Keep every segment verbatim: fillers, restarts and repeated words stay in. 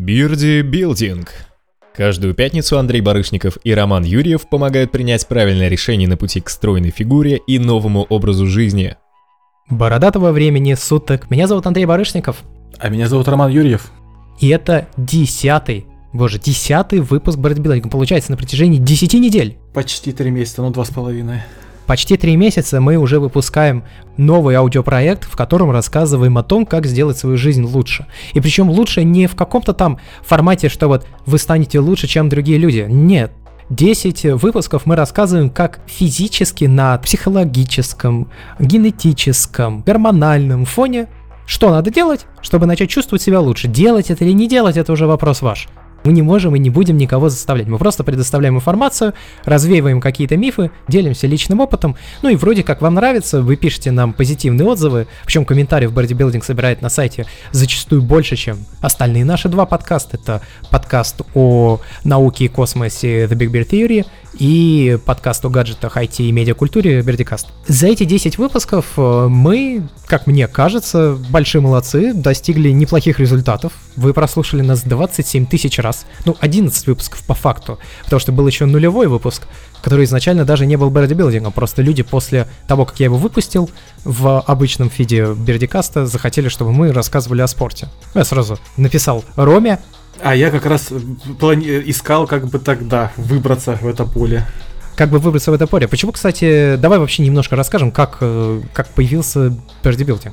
Бирди Билдинг. Каждую пятницу Андрей Барышников и Роман Юрьев помогают принять правильное решение на пути к стройной фигуре и новому образу жизни. Бородатого времени суток. Меня зовут Андрей Барышников. А меня зовут Роман Юрьев. И это десятый, боже, десятый выпуск бодибилдинга. Получается, на протяжении десяти недель. Почти три месяца, ну два с половиной. Почти три месяца мы уже выпускаем новый аудиопроект, в котором рассказываем о том, как сделать свою жизнь лучше. И причем лучше не в каком-то там формате, что вот вы станете лучше, чем другие люди. Нет. десять выпусков мы рассказываем, как физически на психологическом, генетическом, гормональном фоне, что надо делать, чтобы начать чувствовать себя лучше. Делать это или не делать, это уже вопрос ваш. Мы не можем и не будем никого заставлять. Мы просто предоставляем информацию, развеиваем какие-то мифы, делимся личным опытом. Ну и вроде как вам нравится, вы пишете нам позитивные отзывы. Причем комментариев бодибилдинг собирает на сайте зачастую больше, чем остальные наши два подкаста. Это подкаст о науке и космосе The Big Bear Theory и подкаст о гаджетах, ай ти и медиакультуре Birdicast. За эти десять выпусков мы, как мне кажется, большие молодцы, достигли неплохих результатов. Вы прослушали нас двадцать семь тысяч раз. Ну, одиннадцать выпусков по факту, потому что был еще нулевой выпуск, который изначально даже не был бодибилдингом. Просто люди после того, как я его выпустил в обычном фиде Birdicast, захотели, чтобы мы рассказывали о спорте. Я сразу написал Роме. А я как раз плани- искал, как бы тогда выбраться в это поле. Как бы выбраться в это поле. Почему, кстати, давай вообще немножко расскажем, как, как появился бодибилдинг.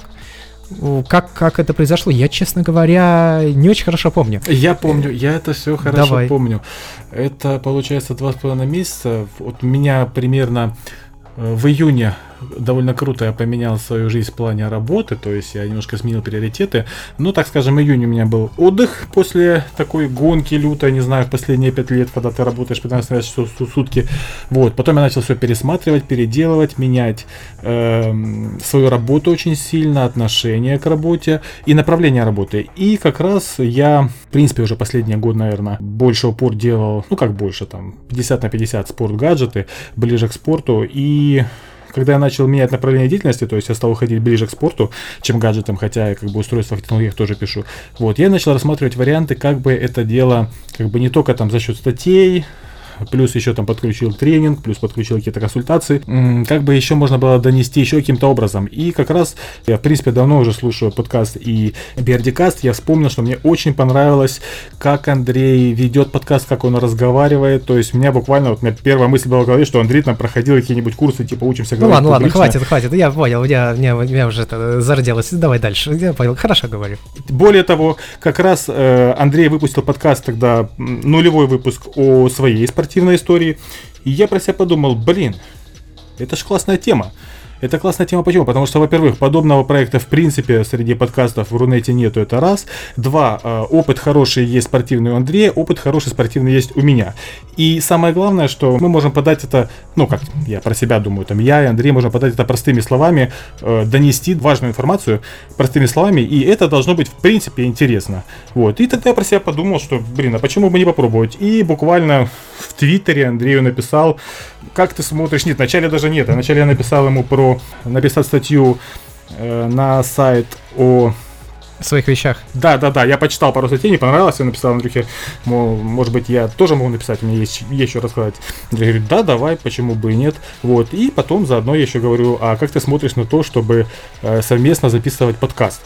Как, как это произошло, я, честно говоря, не очень хорошо помню. Я помню, я это все хорошо Давай. помню. Это, получается, два с половиной месяца. Вот меня примерно в июне довольно круто я поменял свою жизнь в плане работы, то есть я немножко сменил приоритеты. Ну, так скажем, июнь у меня был отдых после такой гонки лютой, не знаю, в последние пять лет, когда ты работаешь пятнадцать часов в сутки. Вот, потом я начал все пересматривать, переделывать, менять э, свою работу очень сильно, отношение к работе и направление работы. И как раз я, в принципе, уже последний год, наверное, больше упор делал, ну как больше, там, пятьдесят на пятьдесят спорт-гаджеты, ближе к спорту. И когда я начал менять направление деятельности, то есть я стал уходить ближе к спорту, чем к гаджетам, хотя я как бы устройства в технологиях тоже пишу, вот, я начал рассматривать варианты, как бы это дело, как бы не только там за счет статей, плюс еще там подключил тренинг, плюс подключил какие-то консультации, как бы еще можно было донести еще каким-то образом. И как раз я, в принципе, давно уже слушаю подкаст и Birdicast, я вспомнил, что мне очень понравилось, как Андрей ведет подкаст, как он разговаривает, то есть у меня буквально, вот у меня первая мысль была в голове, что Андрей там проходил какие-нибудь курсы, типа учимся говорить. Ну ладно, ладно, хватит, хватит, я понял, я, меня, меня уже это зарделось, давай дальше, я понял, хорошо говорю. Более того, как раз э, Андрей выпустил подкаст тогда, нулевой выпуск о своей спортивной истории, и я про себя подумал, блин, это ж классная тема. Это классная тема почему? Потому что, во-первых, подобного проекта в принципе среди подкастов в Рунете нету, это раз. Два, опыт хороший есть спортивный у Андрея, опыт хороший спортивный есть у меня. И самое главное, что мы можем подать это, ну как я про себя думаю, там я и Андрей можем подать это простыми словами, э, донести важную информацию простыми словами, и это должно быть в принципе интересно. Вот. И тогда я про себя подумал, что, блин, а почему бы не попробовать? И буквально в Твиттере Андрею написал, как ты смотришь, нет, вначале даже нет, а вначале я написал ему про написать статью э, на сайт о В своих вещах. Да, да, да, я почитал пару статей, не понравилось, я написал Андрюхе, мол, может быть, я тоже могу написать, у меня есть, есть что рассказать. Андрей говорит, да, давай, почему бы и нет. Вот, и потом заодно я еще говорю, а как ты смотришь на то, чтобы э, совместно записывать подкаст?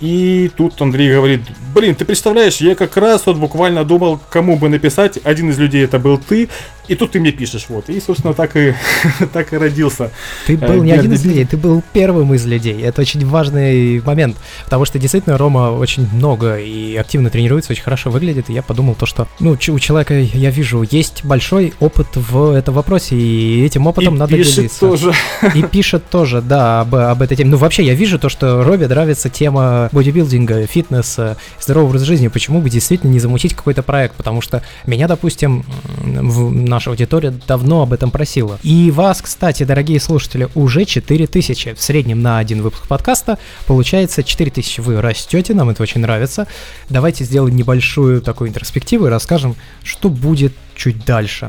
И тут Андрей говорит, блин, ты представляешь, я как раз вот буквально думал, кому бы написать, один из людей это был ты, и тут ты мне пишешь, вот, и, собственно, так и, так и родился. Ты был не один из людей, ты был первым из людей, это очень важный момент, потому что действительно Рома очень много и активно тренируется, очень хорошо выглядит, и я подумал то, что, ну, у человека, я вижу, есть большой опыт в этом вопросе, и этим опытом и надо делиться. И пишет тоже. И пишет тоже, да, об, об этой теме. Ну, вообще, я вижу то, что Робе нравится тема бодибилдинга, фитнеса, здорового образа жизни, почему бы действительно не замутить какой-то проект, потому что меня, допустим, в, наша аудитория давно об этом просила. И вас, кстати, дорогие слушатели, уже четыре тысячи. В среднем на один выпуск подкаста получается четыре тысячи. Вы растете, нам это очень нравится. Давайте сделаем небольшую такую интроспективу и расскажем, что будет чуть дальше.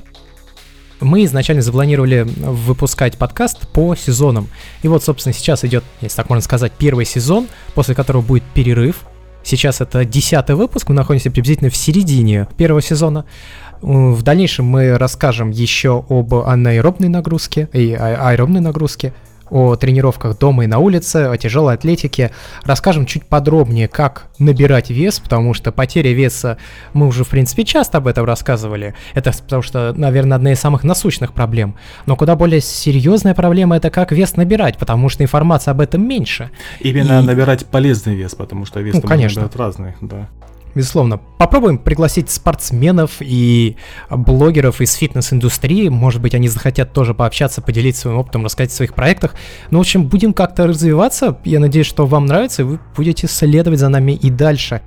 Мы изначально запланировали выпускать подкаст по сезонам. И вот, собственно, сейчас идет, если так можно сказать, первый сезон, после которого будет перерыв. Сейчас это десятый выпуск, мы находимся приблизительно в середине первого сезона. В дальнейшем мы расскажем еще об анаэробной нагрузке и аэробной нагрузке, о тренировках дома и на улице, о тяжелой атлетике. Расскажем чуть подробнее, как набирать вес, потому что потеря веса, мы уже, в принципе, часто об этом рассказывали. Это потому что, наверное, одна из самых насущных проблем. Но куда более серьезная проблема — это как вес набирать, потому что информации об этом меньше. Именно и... набирать полезный вес, потому что вес ну, конечно. можно набирать разный, да. Безусловно. Попробуем пригласить спортсменов и блогеров из фитнес-индустрии. Может быть, они захотят тоже пообщаться, поделиться своим опытом, рассказать о своих проектах. Ну, в общем, будем как-то развиваться. Я надеюсь, что вам нравится, и вы будете следовать за нами и дальше.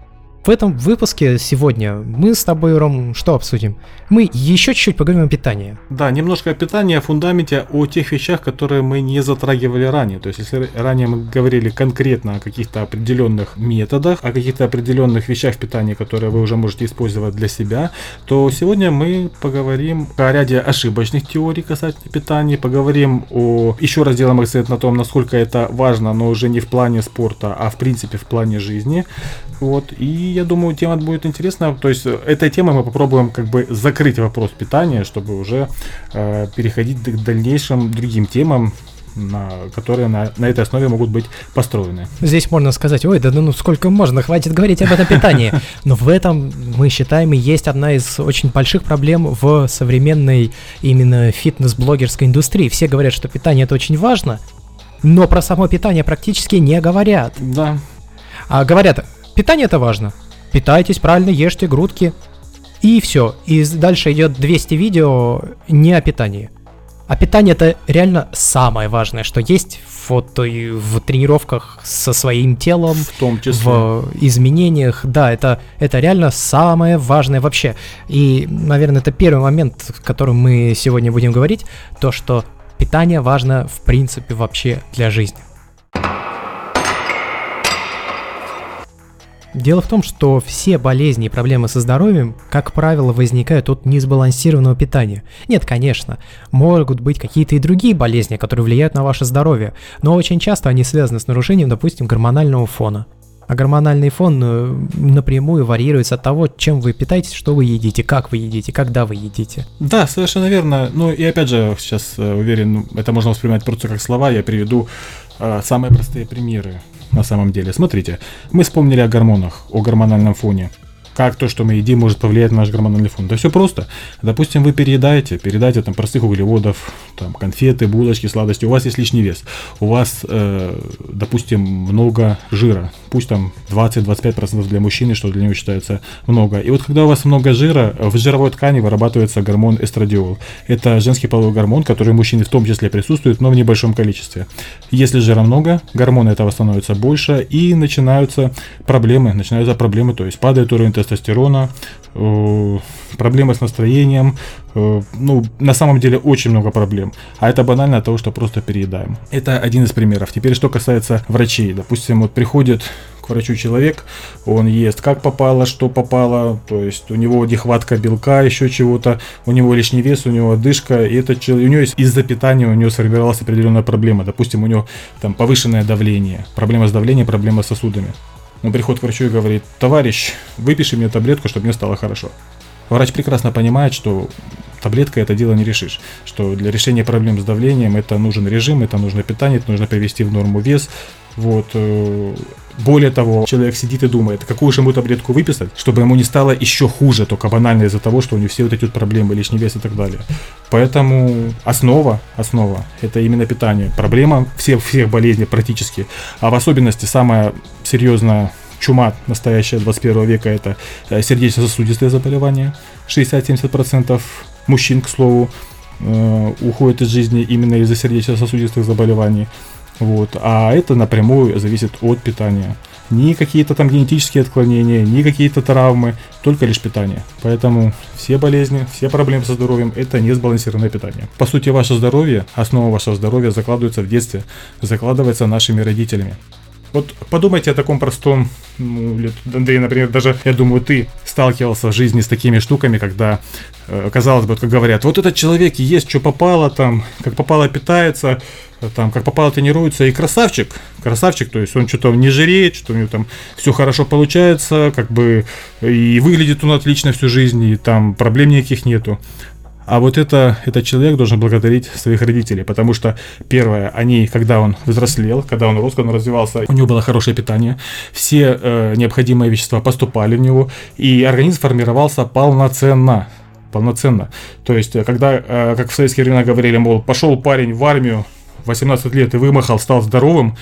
В этом выпуске сегодня мы с тобой, Ром, что обсудим? Мы еще чуть-чуть поговорим о питании. Да, немножко о питании, о фундаменте, о тех вещах, которые мы не затрагивали ранее. То есть, если ранее мы говорили конкретно о каких-то определенных методах, о каких-то определенных вещах в питании, которые вы уже можете использовать для себя, то сегодня мы поговорим о ряде ошибочных теорий касательно питания, поговорим о... Еще раз сделаем акцент на том, насколько это важно, но уже не в плане спорта, а в принципе в плане жизни. Вот, и я думаю, тема будет интересна. То есть, этой темой мы попробуем как бы закрыть вопрос питания, чтобы уже э, переходить к дальнейшим другим темам, на, которые на, на этой основе могут быть построены. Здесь можно сказать: ой, да ну сколько можно, хватит говорить об этом питании. Но в этом, мы считаем, и есть одна из очень больших проблем в современной именно фитнес-блогерской индустрии. Все говорят, что питание — это очень важно, но про само питание практически не говорят. Да. А говорят: питание — это важно. Питайтесь правильно, ешьте грудки. И все. И дальше идет двести видео не о питании. А питание — это реально самое важное, что есть в, вот, в тренировках со своим телом, в том числе в изменениях. Да, это, это реально самое важное вообще. И, наверное, это первый момент, о котором мы сегодня будем говорить, то, что питание важно в принципе вообще для жизни. Дело в том, что все болезни и проблемы со здоровьем, как правило, возникают от несбалансированного питания. Нет, конечно, могут быть какие-то и другие болезни, которые влияют на ваше здоровье, но очень часто они связаны с нарушением, допустим, гормонального фона. А гормональный фон напрямую варьируется от того, чем вы питаетесь, что вы едите, как вы едите, когда вы едите. Да, совершенно верно. Ну и опять же, сейчас уверен, это можно воспринимать просто как слова, я приведу э, самые простые примеры. На самом деле, смотрите, мы вспомнили о гормонах, о гормональном фоне. Как то, что мы едим, может повлиять на наш гормональный фон? Да все просто. Допустим, вы переедаете, переедаете там простых углеводов, там конфеты, булочки, сладости, у вас есть лишний вес, у вас, э, допустим, много жира, пусть там двадцать-двадцать пять процентов для мужчины, что для него считается много. И вот когда у вас много жира, в жировой ткани вырабатывается гормон эстрадиол. Это женский половой гормон, который у мужчин в том числе присутствует, но в небольшом количестве. Если жира много, гормона этого становится больше, и начинаются проблемы, начинаются проблемы, то есть падает уровень тестостерона, э, проблемы с настроением, э, ну, на самом деле очень много проблем. А это банально от того, что просто переедаем. Это один из примеров. Теперь, что касается врачей. Допустим, вот приходит к врачу человек, он ест как попало, что попало, то есть у него нехватка белка, еще чего-то, у него лишний вес, у него одышка, и это у него есть из-за питания у него сформировалась определенная проблема. Допустим, у него там повышенное давление, проблема с давлением, проблема с сосудами. Он приходит к врачу и говорит: товарищ, выпиши мне таблетку, чтобы мне стало хорошо. Врач прекрасно понимает, что таблеткой это дело не решишь, что для решения проблем с давлением это нужен режим, это нужно питание, это нужно привести в норму вес. Вот. Более того, человек сидит и думает, какую же ему таблетку выписать, чтобы ему не стало еще хуже, только банально из-за того, что у него все вот эти вот проблемы, лишний вес и так далее. Поэтому основа, основа это именно питание. Проблема всех, всех болезней практически, а в особенности самая серьезная чума настоящая двадцать первого века — это сердечно-сосудистые заболевания. шестьдесят-семьдесят процентов мужчин, к слову, уходят из жизни именно из-за сердечно-сосудистых заболеваний. Вот. А это напрямую зависит от питания. Ни какие-то там генетические отклонения, ни какие-то травмы, только лишь питание. Поэтому все болезни, все проблемы со здоровьем — это несбалансированное питание. По сути, ваше здоровье, основа вашего здоровья закладывается в детстве, закладывается нашими родителями. Вот подумайте о таком простом, ну, Андрей, например, даже, я думаю, ты сталкивался в жизни с такими штуками, когда, казалось бы, как говорят, вот этот человек ест, что попало, там, как попало питается, там, как попало тренируется, и красавчик, красавчик, то есть он что-то не жиреет, что у него там все хорошо получается, как бы, и выглядит он отлично всю жизнь, и там проблем никаких нету. А вот это, этот человек должен благодарить своих родителей, потому что, первое, они, когда он взрослел, когда он рос, когда он развивался, у него было хорошее питание, все э, необходимые вещества поступали в него, и организм формировался полноценно. Полноценно. То есть, когда, э, как в советские времена говорили, мол, пошел парень в армию, восемнадцать лет и вымахал, стал здоровым,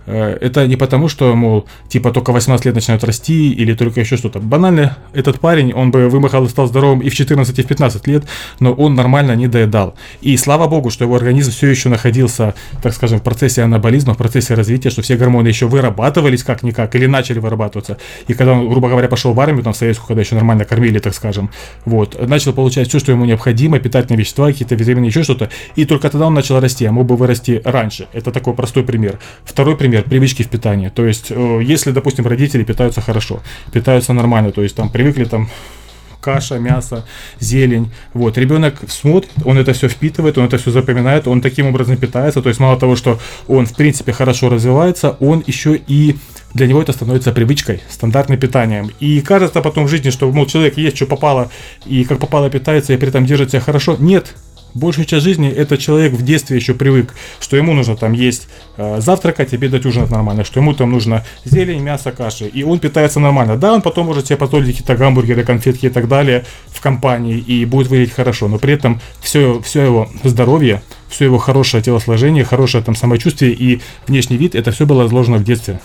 это не потому, что, мол, типа только восемнадцать лет начинают расти или только еще что-то. Банально, этот парень, он бы вымахал и стал здоровым и в четырнадцать, и в пятнадцать лет, но он нормально не доедал. И слава богу, что его организм все еще находился, так скажем, в процессе анаболизма, в процессе развития, что все гормоны еще вырабатывались как-никак или начали вырабатываться. И когда он, грубо говоря, пошел в армию, там в советскую, когда еще нормально кормили, так скажем, вот, начал получать все, что ему необходимо, питательные вещества, какие-то витамины, еще что-то, и только тогда он начал расти, а мог бы вырасти раньше. Это такой простой пример. Второй пример. Привычки в питании. То есть, если, допустим, родители питаются хорошо, питаются нормально, то есть там привыкли там каша, мясо, зелень. Вот, ребенок смотрит, он это все впитывает, он это все запоминает, он таким образом питается. То есть, мало того, что он, в принципе, хорошо развивается, он еще и для него это становится привычкой, стандартным питанием. И кажется потом в жизни, что, мол, человек есть, что попало, и как попало питается, и при этом держит себя хорошо. Нет. Большую часть жизни этот человек в детстве еще привык, что ему нужно там есть э, завтракать, обедать, ужинать нормально, что ему там нужно зелень, мясо, каши, и он питается нормально. Да, он потом может себе позволить какие-то гамбургеры, конфетки и так далее в компании, и будет выглядеть хорошо, но при этом все, все его здоровье, все его хорошее телосложение, хорошее там самочувствие и внешний вид, это все было заложено в детстве.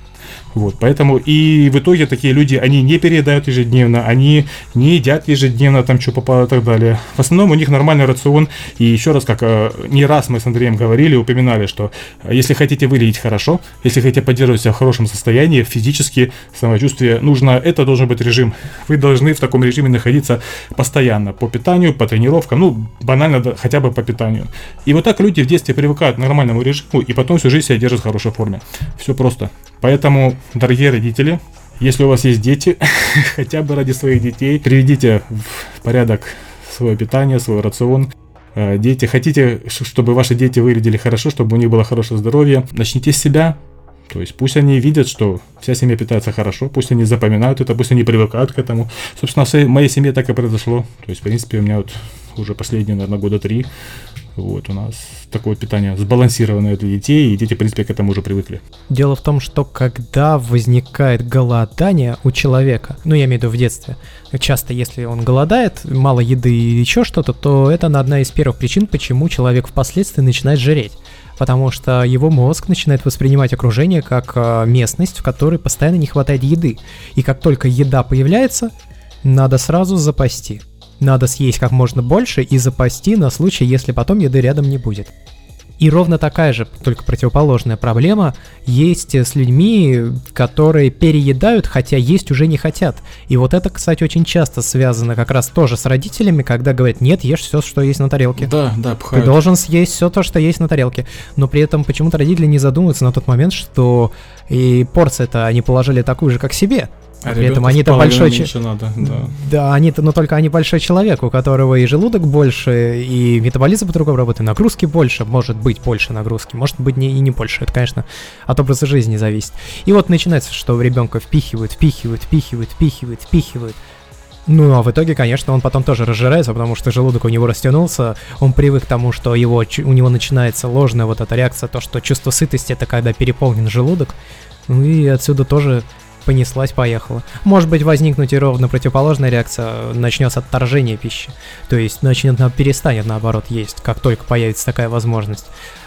Вот, поэтому и в итоге такие люди, они не переедают ежедневно, они не едят ежедневно, там что попало и так далее. В основном у них нормальный рацион, и еще раз, как э, не раз мы с Андреем говорили, упоминали, что э, если хотите выглядеть хорошо, если хотите поддерживать себя в хорошем состоянии, физически, самочувствие, нужно, это должен быть режим. Вы должны в таком режиме находиться постоянно, по питанию, по тренировкам, ну, банально, да, хотя бы по питанию. И вот так люди в детстве привыкают к нормальному режиму, и потом всю жизнь себя держат в хорошей форме. Все просто. Поэтому, дорогие родители, если у вас есть дети, хотя бы ради своих детей, приведите в порядок свое питание, свой рацион. Дети, хотите, чтобы ваши дети выглядели хорошо, чтобы у них было хорошее здоровье, начните с себя. То есть пусть они видят, что вся семья питается хорошо, пусть они запоминают это, пусть они привыкают к этому. Собственно, в моей семье так и произошло. То есть, в принципе, у меня вот уже последние, наверное, года три. Вот, у нас такое питание сбалансированное для детей, и дети, в принципе, к этому уже привыкли. Дело в том, что когда возникает голодание у человека, ну, я имею в виду в детстве, часто, если он голодает, мало еды или еще что-то, то это одна из первых причин, почему человек впоследствии начинает жиреть. Потому что его мозг начинает воспринимать окружение как местность, в которой постоянно не хватает еды. И как только еда появляется, надо сразу запасти. Надо съесть как можно больше и запасти на случай, если потом еды рядом не будет. И ровно такая же, только противоположная проблема есть с людьми, которые переедают, хотя есть уже не хотят. И вот это, кстати, очень часто связано как раз тоже с родителями, когда говорят: нет, ешь все, что есть на тарелке. Да, да, пхают. Ты должен съесть все то, что есть на тарелке. Но при этом почему-то родители не задумываются на тот момент, что и порцию-то они положили такую же, как себе. А при этом они-то большой человек. Надо, да, да они-то, но только они большой человек, у которого и желудок больше, и метаболизм по-другому работает, нагрузки больше, может быть больше нагрузки, может быть не, и не больше, это, конечно, от образа жизни зависит. И вот начинается, что в ребенка впихивают, впихивают, впихивают, впихивают, впихивают. Ну, а в итоге, конечно, он потом тоже разжирается, потому что желудок у него растянулся, он привык к тому, что его, у него начинается ложная вот эта реакция, то, что чувство сытости — это когда переполнен желудок, ну и отсюда тоже понеслась, поехала. Может быть, возникнуть и ровно противоположная реакция, начнется отторжение пищи. То есть начнет, перестанет, наоборот, есть, как только появится такая возможность.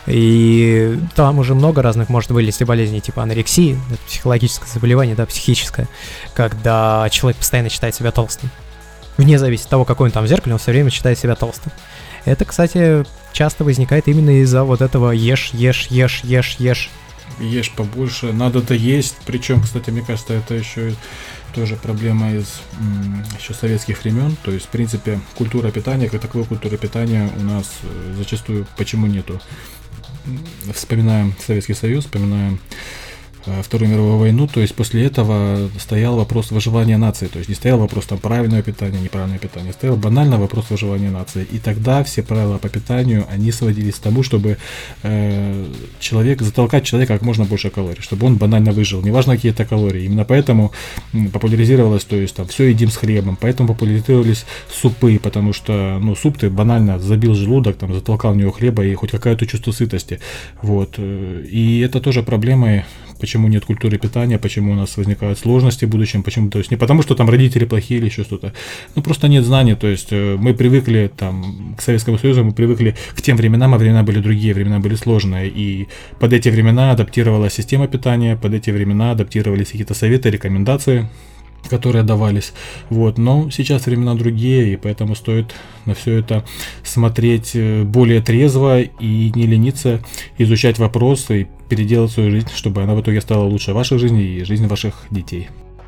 И там уже много разных может вылезти болезней, типа анорексии, это психологическое заболевание, да, психическое, когда человек постоянно считает себя толстым. Вне зависимости от того, какой он там в зеркале, он все время считает себя толстым. Это, кстати, часто возникает именно из-за вот этого ешь, ешь, ешь, ешь, ешь. Ешь побольше, надо-то есть. Причем, кстати, мне кажется, это еще тоже проблема из м, еще советских времен. То есть, в принципе, культура питания, как таковой культуры питания у нас зачастую почему нету. Вспоминаем Советский Союз, вспоминаем Вторую мировую войну, то есть после этого стоял вопрос выживания нации, то есть не стоял вопрос там правильного питания, неправильного питания, стоял банально вопрос выживания нации. И тогда все правила по питанию, они сводились к тому, чтобы э, человек, затолкать человека как можно больше калорий, чтобы он банально выжил, неважно какие это калории. Именно поэтому популяризировалось, то есть там все едим с хлебом, поэтому популяризировались супы, потому что, ну, суп ты банально забил желудок, там, затолкал в него хлеба и хоть какое-то чувство сытости. Вот. И это тоже проблемы. Почему нет культуры питания, почему у нас возникают сложности в будущем, почему, то есть не потому, что там родители плохие или еще что-то, ну просто нет знаний, то есть мы привыкли там к Советскому Союзу, мы привыкли к тем временам, а времена были другие, времена были сложные, и под эти времена адаптировалась система питания, под эти времена адаптировались какие-то советы, рекомендации, которые давались, вот, но сейчас времена другие, и поэтому стоит на все это смотреть более трезво и не лениться, изучать вопросы и переделать свою жизнь, чтобы она в итоге стала лучше вашей жизни и жизни ваших детей.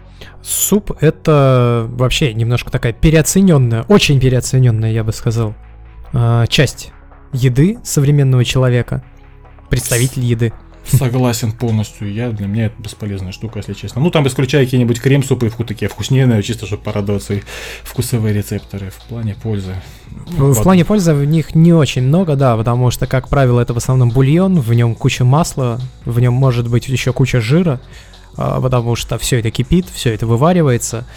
Суп — это вообще немножко такая переоцененная, очень переоцененная, я бы сказал, часть еды современного человека, представитель еды. Согласен полностью. Я, для меня это бесполезная штука, если честно. Ну, там исключая какие-нибудь крем-супы, такие вкуснее, чисто чтобы порадовать свои вкусовые рецепторы. В плане пользы. Ну, в плане пользы в них не очень много, да, потому что, как правило, это в основном бульон, в нем куча масла, в нем может быть еще куча жира, потому что все это кипит, все это вываривается.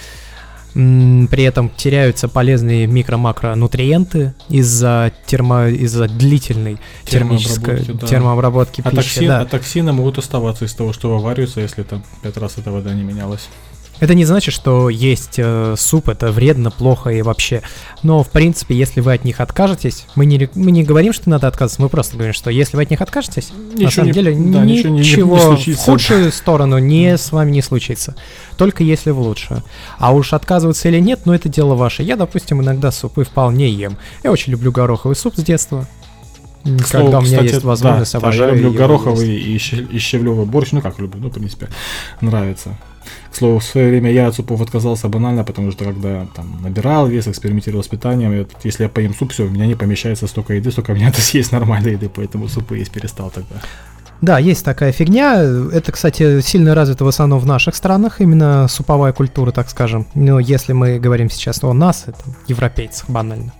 При этом теряются полезные микро-макронутриенты из-за, термо, из-за длительной термической термообработки, да. термообработки а пищи. Токсин, да. А токсины могут оставаться из того, что вывариваются, если там пять раз эта вода не менялась. Это не значит, что есть э, суп, это вредно, плохо и вообще. Но, в принципе, если вы от них откажетесь, мы не, мы не говорим, что надо отказываться, мы просто говорим, что если вы от них откажетесь, ничего на самом не, деле да, ничего, ничего не, не в худшую сторону не с вами не случится. Только если в лучшую. А уж отказываться или нет, ну это дело ваше. Я, допустим, иногда супы вполне ем. Я очень люблю гороховый суп с детства. К слову, когда у меня кстати, есть возможность, да, обожаю. Да, я люблю гороховый и щавлевый борщ. Ну как люблю, ну в принципе нравится. К слову, в свое время я от супов отказался банально, потому что когда там набирал вес, экспериментировал с питанием, я, если я поем суп, все, у меня не помещается столько еды, столько мне надо съесть нормальной еды, поэтому супы есть перестал тогда. Да, есть такая фигня. Это, кстати, сильно развито в основном в наших странах, именно суповая культура, так скажем. Но если мы говорим сейчас о нас, это европейцах банально.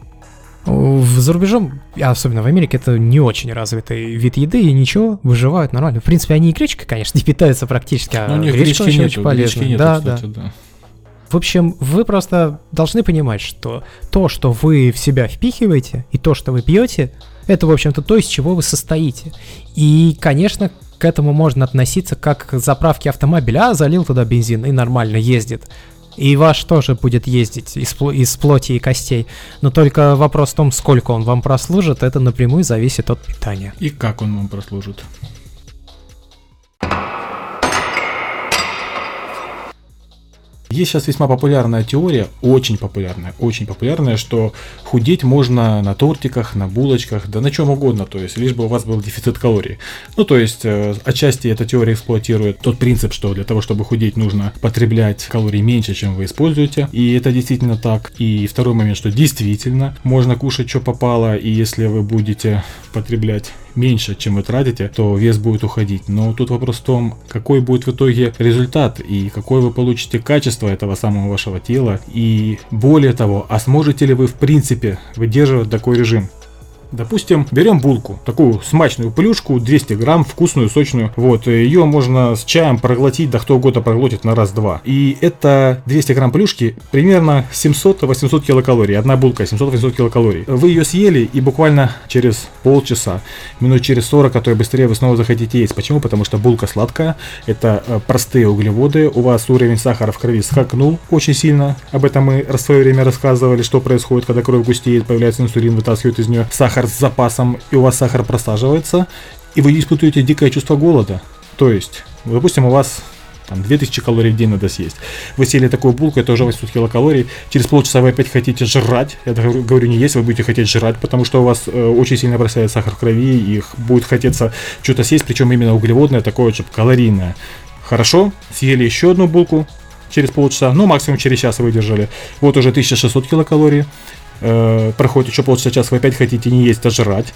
За рубежом, особенно в Америке, это не очень развитый вид еды, и ничего, выживают нормально. В принципе, они и гречкой, конечно, не питаются практически, а но гречка очень, очень полезна. Нету, да, кстати, да. да. В общем, вы просто должны понимать, что то, что вы в себя впихиваете, и то, что вы пьете, это, в общем-то, то, из чего вы состоите. И, конечно, к этому можно относиться как к заправке автомобиля, а залил туда бензин и нормально ездит. И ваш тоже будет ездить из, из плоти и костей. Но только вопрос в том, сколько он вам прослужит, это напрямую зависит от питания. И как он вам прослужит. Есть сейчас весьма популярная теория, очень популярная, очень популярная, что худеть можно на тортиках, на булочках, да на чем угодно, то есть лишь бы у вас был дефицит калорий. Ну, то есть, э, отчасти эта теория эксплуатирует тот принцип, что для того, чтобы худеть, нужно потреблять калорий меньше, чем вы используете, и это действительно так. И второй момент, что действительно можно кушать, что попало, и если вы будете потреблять меньше, чем вы тратите, то вес будет уходить. Но тут вопрос в том, какой будет в итоге результат и какое вы получите качество этого самого вашего тела. И более того, а сможете ли вы в принципе выдерживать такой режим? Допустим, берем булку, такую смачную плюшку, двести грамм, вкусную, сочную. Вот, ее можно с чаем проглотить, да кто угодно проглотит на раз-два. И это двести грамм плюшки, примерно семьсот-восемьсот килокалорий. Одна булка, семьсот-восемьсот килокалорий. Вы ее съели, и буквально через полчаса, минут через сорок, а то и быстрее, вы снова захотите есть. Почему? Потому что булка сладкая, это простые углеводы, у вас уровень сахара в крови скакнул очень сильно. Об этом мы в свое время рассказывали, что происходит, когда кровь густеет, появляется инсулин, вытаскивает из нее сахар с запасом, и у вас сахар просаживается, и вы испытываете дикое чувство голода. То есть, допустим, у вас там две тысячи калорий в день надо съесть. Вы съели такую булку, это уже восемьсот килокалорий. Через полчаса вы опять хотите жрать. Я говорю не есть, вы будете хотеть жрать, потому что у вас э, очень сильно бросает сахар в крови, и их будет хотеться что-то съесть, причем именно углеводное, такое, чтобы калорийное. Хорошо, съели еще одну булку через полчаса, ну максимум через час выдержали. Вот уже тысяча шестьсот килокалорий. Проходит еще полчаса, час, вы опять хотите не есть, а жрать.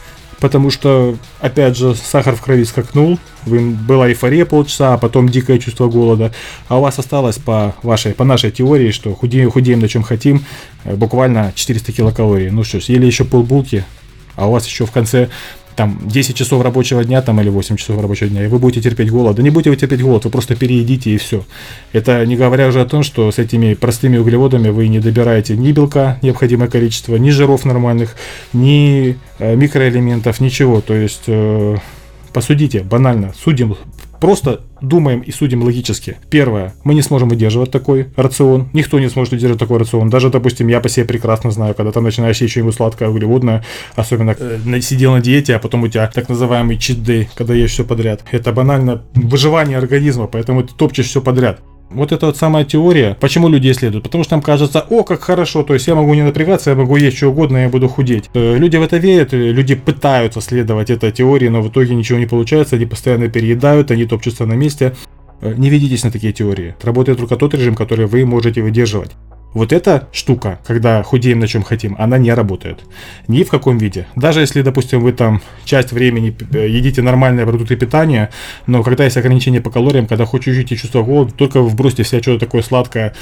потому что, опять же, сахар в крови скакнул, вы, была эйфория полчаса, а потом дикое чувство голода, а у вас осталось по вашей, по нашей теории, что худеем, худеем на чем хотим, буквально четыреста килокалорий. Ну что, съели еще полбулки, а у вас еще в конце там десять часов рабочего дня там, или восемь часов рабочего дня, и вы будете терпеть голод. Да не будете вы терпеть голод, вы просто переедите и все. Это не говоря уже о том, что с этими простыми углеводами вы не добираете ни белка необходимое количество, ни жиров нормальных, ни э, микроэлементов, ничего. То есть э, посудите, банально, судим, просто думаем и судим логически. Первое, мы не сможем выдерживать такой рацион. Никто не сможет выдерживать такой рацион. Даже, допустим, я по себе прекрасно знаю, когда ты начинаешь есть что-нибудь сладкое, углеводное, особенно э, сидел на диете, а потом у тебя так называемый cheat day, когда ешь все подряд. Это банально выживание организма, поэтому ты топчешь все подряд. Вот это вот самая теория. Почему люди исследуют? Потому что им кажется, о, как хорошо, то есть я могу не напрягаться, я могу есть что угодно, я буду худеть. Люди в это верят, люди пытаются следовать этой теории, но в итоге ничего не получается, они постоянно переедают, они топчутся на месте. Не ведитесь на такие теории. Работает только тот режим, который вы можете выдерживать. Вот эта штука, когда худеем на чем хотим, она не работает. Ни в каком виде. Даже если, допустим, вы там часть времени едите нормальные продукты питания, но когда есть ограничения по калориям, когда хоть чуть-чуть и чувство голода, только вбросьте в себя что-то такое сладкое,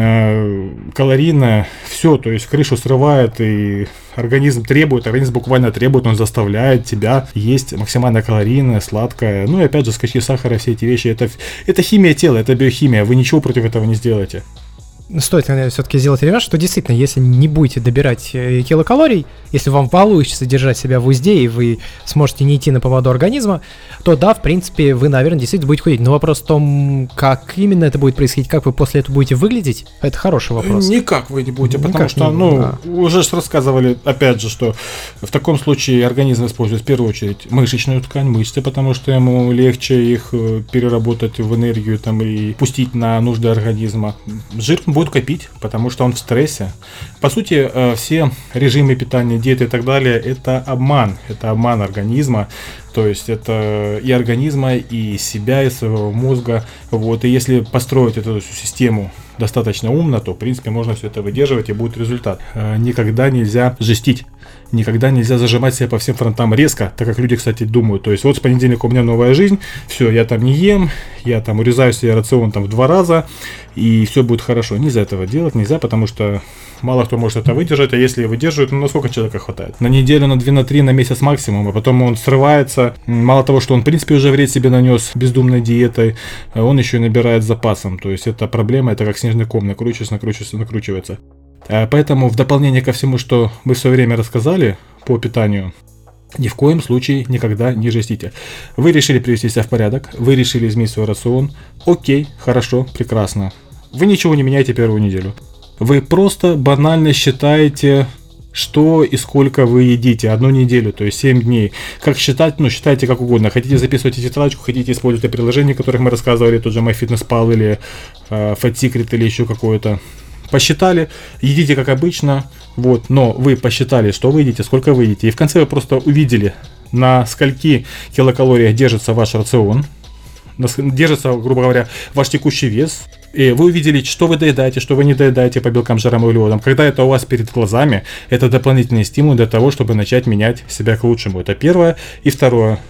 э, калорийное, все, то есть крышу срывает, и организм требует, организм буквально требует, он заставляет тебя есть максимально калорийное, сладкое. Ну и опять же, скачки сахара, все эти вещи, это, это химия тела, это биохимия, вы ничего против этого не сделаете. Стоит, наверное, все-таки сделать ремарк, что действительно, если не будете добирать килокалорий, если вам получится держать себя в узде и вы сможете не идти на поводу организма, то да, в принципе, вы, наверное, действительно будете худеть. Но вопрос в том, как именно это будет происходить, как вы после этого будете выглядеть, это хороший вопрос. Никак вы не будете, Никак потому что, не, ну, да. уже рассказывали, опять же, что в таком случае организм использует в первую очередь мышечную ткань, мышцы, потому что ему легче их переработать в энергию там и пустить на нужды организма. Жир будет копить, потому что он в стрессе. По сути, все режимы питания, диеты и так далее, это обман, это обман организма. То есть это и организма, и себя, и своего мозга. Вот. И если построить эту систему достаточно умно, то, в принципе, можно все это выдерживать, и будет результат. Никогда нельзя жестить. Никогда нельзя зажимать себя по всем фронтам резко, так как люди, кстати, думают. То есть вот с понедельника у меня новая жизнь, все, я там не ем, я там урезаю себе рацион там в два раза, и все будет хорошо. Нельзя этого делать, нельзя, потому что мало кто может это выдержать, а если выдерживают, ну насколько человека хватает? На неделю, на две, на три, на месяц максимум, а потом он срывается. Мало того, что он, в принципе, уже вред себе нанес бездумной диетой, он еще и набирает запасом. То есть это проблема, это как снежный ком, накручивается, накручивается, накручивается. Поэтому в дополнение ко всему, что мы в свое время рассказали по питанию, ни в коем случае никогда не жестите. Вы решили привести себя в порядок, вы решили изменить свой рацион. Окей, хорошо, прекрасно. Вы ничего не меняете первую неделю. Вы просто банально считаете, что и сколько вы едите одну неделю, то есть семь дней. Как считать? Ну, считайте как угодно. Хотите записывать тетрадочку, хотите использовать приложения, о которых мы рассказывали, тот же MyFitnessPal или э, Fat Secret или еще какое-то. Посчитали, едите как обычно, вот, но вы посчитали, что вы едите, сколько вы едите, и в конце вы просто увидели, на скольки килокалориях держится ваш рацион, держится, грубо говоря, ваш текущий вес, и вы увидели, что вы доедаете, что вы не доедаете по белкам, жирам и углеводам. Когда это у вас перед глазами, это дополнительный стимул для того, чтобы начать менять себя к лучшему. Это первое. И второе.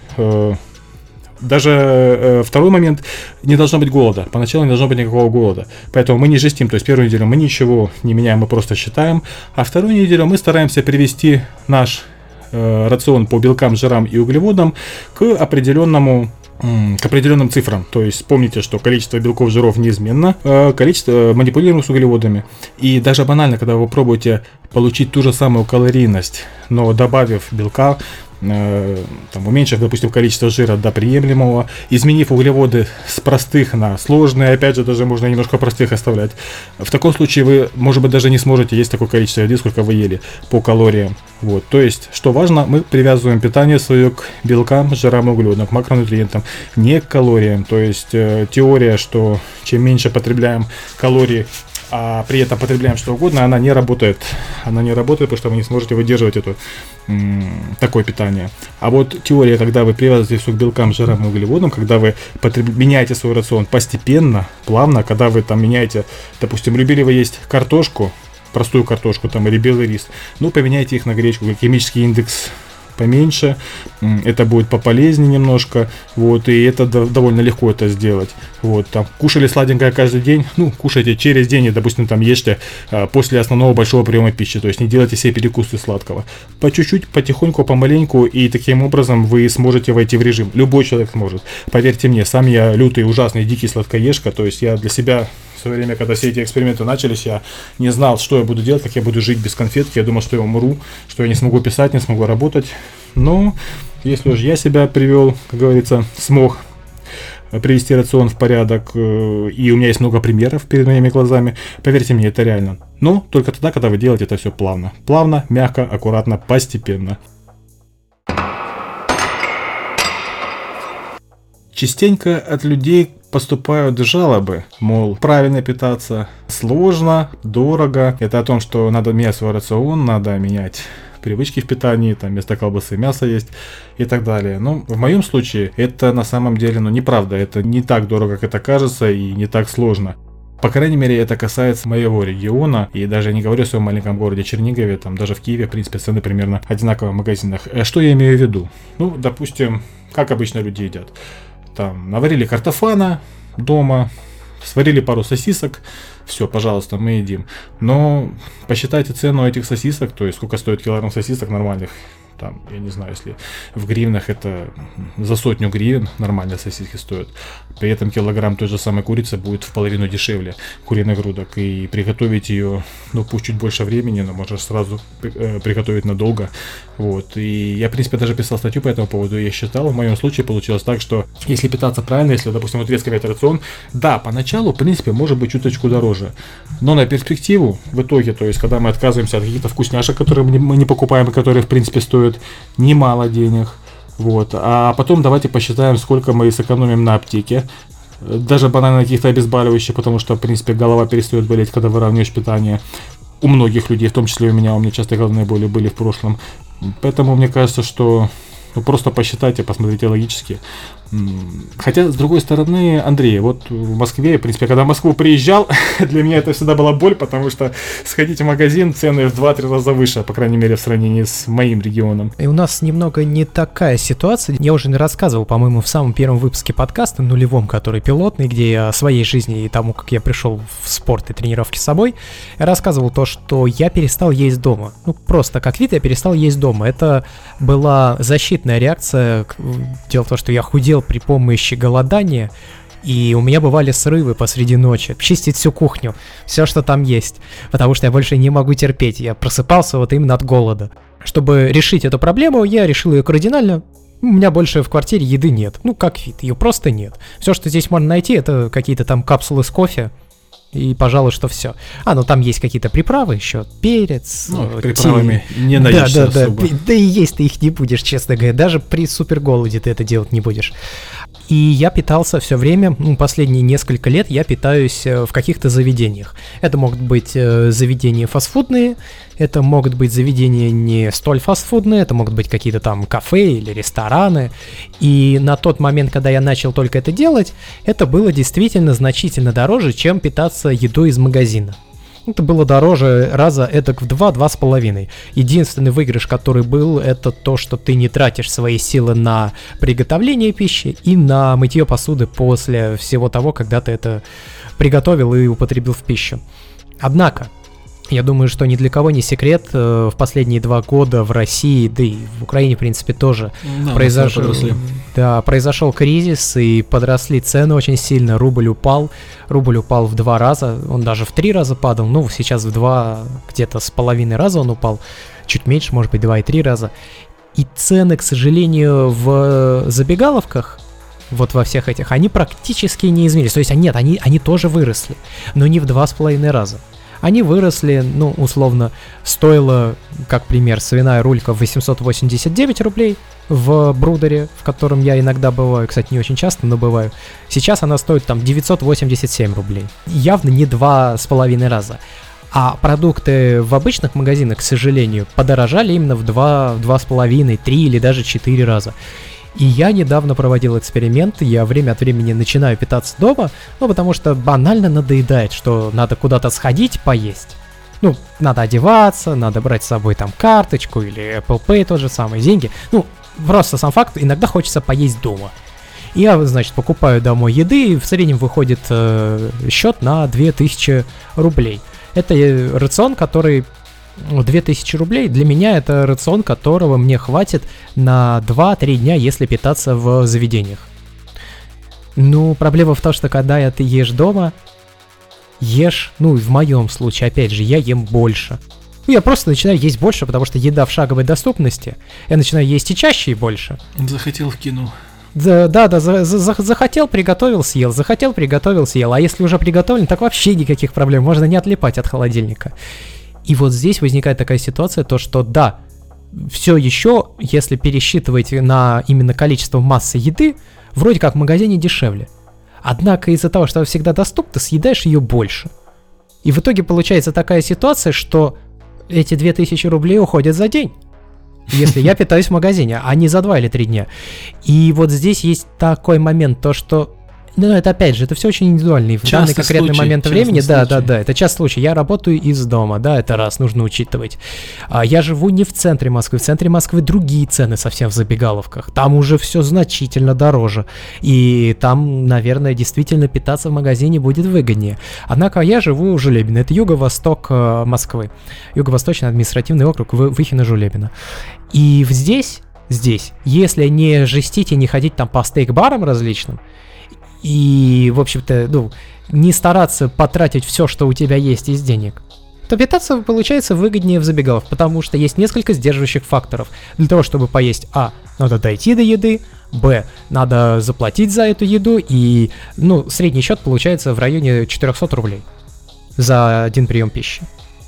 Даже э, второй момент, не должно быть голода. Поначалу не должно быть никакого голода. Поэтому мы не жестим. То есть первую неделю мы ничего не меняем, мы просто считаем. А вторую неделю мы стараемся привести наш э, рацион по белкам, жирам и углеводам к определенному к определенным цифрам. То есть помните, что количество белков, жиров неизменно, э, количество манипулируем с углеводами. И даже банально, когда вы пробуете получить ту же самую калорийность, но добавив белка, там, уменьшив, допустим, количество жира до приемлемого, изменив углеводы с простых на сложные, опять же, даже можно немножко простых оставлять. В таком случае вы, может быть, даже не сможете есть такое количество еды, сколько вы ели по калориям. Вот. То есть, что важно, мы привязываем питание свое к белкам, жирам и углеводам, к макронутриентам, не к калориям. То есть, э, теория, что чем меньше потребляем калорий, а при этом потребляем что угодно, она не работает. Она не работает, потому что вы не сможете выдерживать это, м- такое питание. А вот теория, когда вы привязываете все к белкам, жирам и углеводам, когда вы потреб... меняете свой рацион постепенно, плавно, когда вы там меняете, допустим, любили вы есть картошку, простую картошку там или белый рис, ну, поменяйте их на гречку, химический индекс поменьше, это будет пополезнее немножко, вот, и это довольно легко это сделать. Вот, там, кушали сладенькое каждый день, ну, кушайте через день, и, допустим, там ешьте а, после основного большого приема пищи, то есть не делайте себе перекусы сладкого. По чуть-чуть, потихоньку, помаленьку, и таким образом вы сможете войти в режим. Любой человек сможет. Поверьте мне, сам я лютый, ужасный, дикий сладкоежка, то есть я для себя... В свое время, когда все эти эксперименты начались, я не знал, что я буду делать, как я буду жить без конфетки. Я думал, что я умру, что я не смогу писать, не смогу работать. Но если уж я себя привел, как говорится, смог привести рацион в порядок, и у меня есть много примеров перед моими глазами, поверьте мне, это реально. Но только тогда, когда вы делаете это все плавно. Плавно, мягко, аккуратно, постепенно. Частенько от людей поступают жалобы, мол, правильно питаться сложно, дорого. Это о том, что надо менять свой рацион, надо менять привычки в питании, там вместо колбасы мясо есть и так далее. Но в моем случае это на самом деле, ну, неправда. Это не так дорого, как это кажется, и не так сложно. По крайней мере, это касается моего региона, и даже я не говорю о своем маленьком городе Чернигове, там даже в Киеве, в принципе, цены примерно одинаковые в магазинах. Что я имею в виду? Ну, допустим, как обычно люди едят. Там наварили картофана дома, сварили пару сосисок, все, пожалуйста, мы едим. Но посчитайте цену этих сосисок, то есть сколько стоит килограмм сосисок нормальных. Там, я не знаю, если в гривнах это за сотню гривен нормальные сосиски стоят. При этом килограмм той же самой курицы будет в половину дешевле куриных грудок. И приготовить ее, ну пусть чуть больше времени, но можно сразу э, приготовить надолго. Вот. И я, в принципе, даже писал статью по этому поводу. И я считал, в моем случае получилось так, что если питаться правильно, если, допустим, вот резко менять рацион, да, поначалу, в принципе, может быть чуточку дороже. Но на перспективу, в итоге, то есть, когда мы отказываемся от каких-то вкусняшек, которые мы не покупаем, и которые, в принципе, стоят немало денег, вот, а потом давайте посчитаем, сколько мы сэкономим на аптеке, даже банально на каких-то обезболивающих, потому что, в принципе, голова перестает болеть, когда выравниваешь питание. У многих людей, в том числе у меня, у меня часто головные боли были в прошлом, поэтому мне кажется, что ну, просто посчитайте, посмотрите логически. Хотя, с другой стороны, Андрей, вот в Москве, в принципе, когда в Москву приезжал, для меня это всегда была боль, потому что сходить в магазин, цены в два-три раза выше, по крайней мере, в сравнении с моим регионом. И у нас немного не такая ситуация. Я уже не рассказывал, по-моему, в самом первом выпуске подкаста, нулевом, который пилотный, где я о своей жизни и тому, как я пришел в спорт и тренировки с собой, я рассказывал то, что я перестал есть дома. Ну, просто как вид я перестал есть дома. Это была защитная реакция. Дело в том, что я худел при помощи голодания, и у меня бывали срывы посреди ночи, чистить всю кухню, все, что там есть, потому что я больше не могу терпеть, я просыпался вот именно от голода. Чтобы решить эту проблему, я решил ее кардинально. У меня больше в квартире еды нет, ну как вид, ее просто нет. Все, что здесь можно найти, это какие-то там капсулы с кофе, и, пожалуй, что все. А, ну там есть какие-то приправы еще, перец. Ну, приправами ти... не наешься да, да, особо. Да, да и есть ты их не будешь, честно говоря. Даже при суперголоде ты это делать не будешь. И я питался все время, ну, последние несколько лет я питаюсь в каких-то заведениях. Это могут быть заведения фастфудные, это могут быть заведения не столь фастфудные, это могут быть какие-то там кафе или рестораны. И на тот момент, когда я начал только это делать, это было действительно значительно дороже, чем питаться едой из магазина. Это было дороже раза эдак в два-два с половиной. Единственный выигрыш, который был, это то, что ты не тратишь свои силы на приготовление пищи и на мытье посуды после всего того, когда ты это приготовил и употребил в пищу. Однако, я думаю, что ни для кого не секрет, в последние два года в России, да и в Украине, в принципе, тоже да, произошел, да, произошел кризис, и подросли цены очень сильно, рубль упал, рубль упал в два раза, он даже в три раза падал, ну, сейчас в два, где-то с половиной раза он упал, чуть меньше, может быть, два и три раза. И цены, к сожалению, в забегаловках, вот во всех этих, они практически не изменились, то есть нет, они, они тоже выросли, но не в два с половиной раза. Они выросли, ну, условно, стоила, как пример, свиная рулька восемьсот восемьдесят девять рублей в Брудере, в котором я иногда бываю, кстати, не очень часто, но бываю. Сейчас она стоит там девятьсот восемьдесят семь рублей. Явно не два с половиной раза. А продукты в обычных магазинах, к сожалению, подорожали именно в два, два с половиной, три или даже четыре раза. И я недавно проводил эксперимент, я время от времени начинаю питаться дома, ну потому что банально надоедает, что надо куда-то сходить, поесть. Ну, надо одеваться, надо брать с собой там карточку или Apple Pay, тот же самый, деньги. Ну, просто сам факт, иногда хочется поесть дома. Я, значит, покупаю домой еды, и в среднем выходит э, счет на две тысячи рублей. Это э, рацион, который... две тысячи рублей для меня это рацион, которого мне хватит на два-три дня, если питаться в заведениях. Ну, проблема в том, что когда ты ешь дома, ешь, ну, в моем случае, опять же, я ем больше. Ну, я просто начинаю есть больше, потому что еда в шаговой доступности. Я начинаю есть и чаще, и больше. Захотел, вкинул. Да, да, да за, за, захотел, приготовил, съел, захотел, приготовил, съел. А если уже приготовлен, так вообще никаких проблем, можно не отлипать от холодильника. И вот здесь возникает такая ситуация, то что да, все еще, если пересчитывать на именно количество массы еды, вроде как в магазине дешевле. Однако из-за того, что всегда доступно, ты съедаешь ее больше. И в итоге получается такая ситуация, что эти две тысячи рублей уходят за день, если я питаюсь в магазине, а не за два или три дня. И вот здесь есть такой момент, то что... Ну, это опять же, это все очень индивидуально. И в данный конкретный случай, момент времени, да, случай. да, да, это частый случай. Я работаю из дома, да, это раз, нужно учитывать. А, я живу не в центре Москвы, в центре Москвы другие цены совсем в забегаловках. Там уже все значительно дороже. И там, наверное, действительно питаться в магазине будет выгоднее. Однако я живу в Жулебино, это юго-восток э, Москвы. Юго-восточный административный округ Выхино-Жулебино. И здесь, здесь, если не жестить и не ходить там по стейк-барам различным, и, в общем-то, ну, не стараться потратить все, что у тебя есть из денег, то питаться получается выгоднее в забегаловках, потому что есть несколько сдерживающих факторов. Для того, чтобы поесть, а, надо дойти до еды, б, надо заплатить за эту еду, и, ну, средний счет получается в районе четыреста рублей за один прием пищи.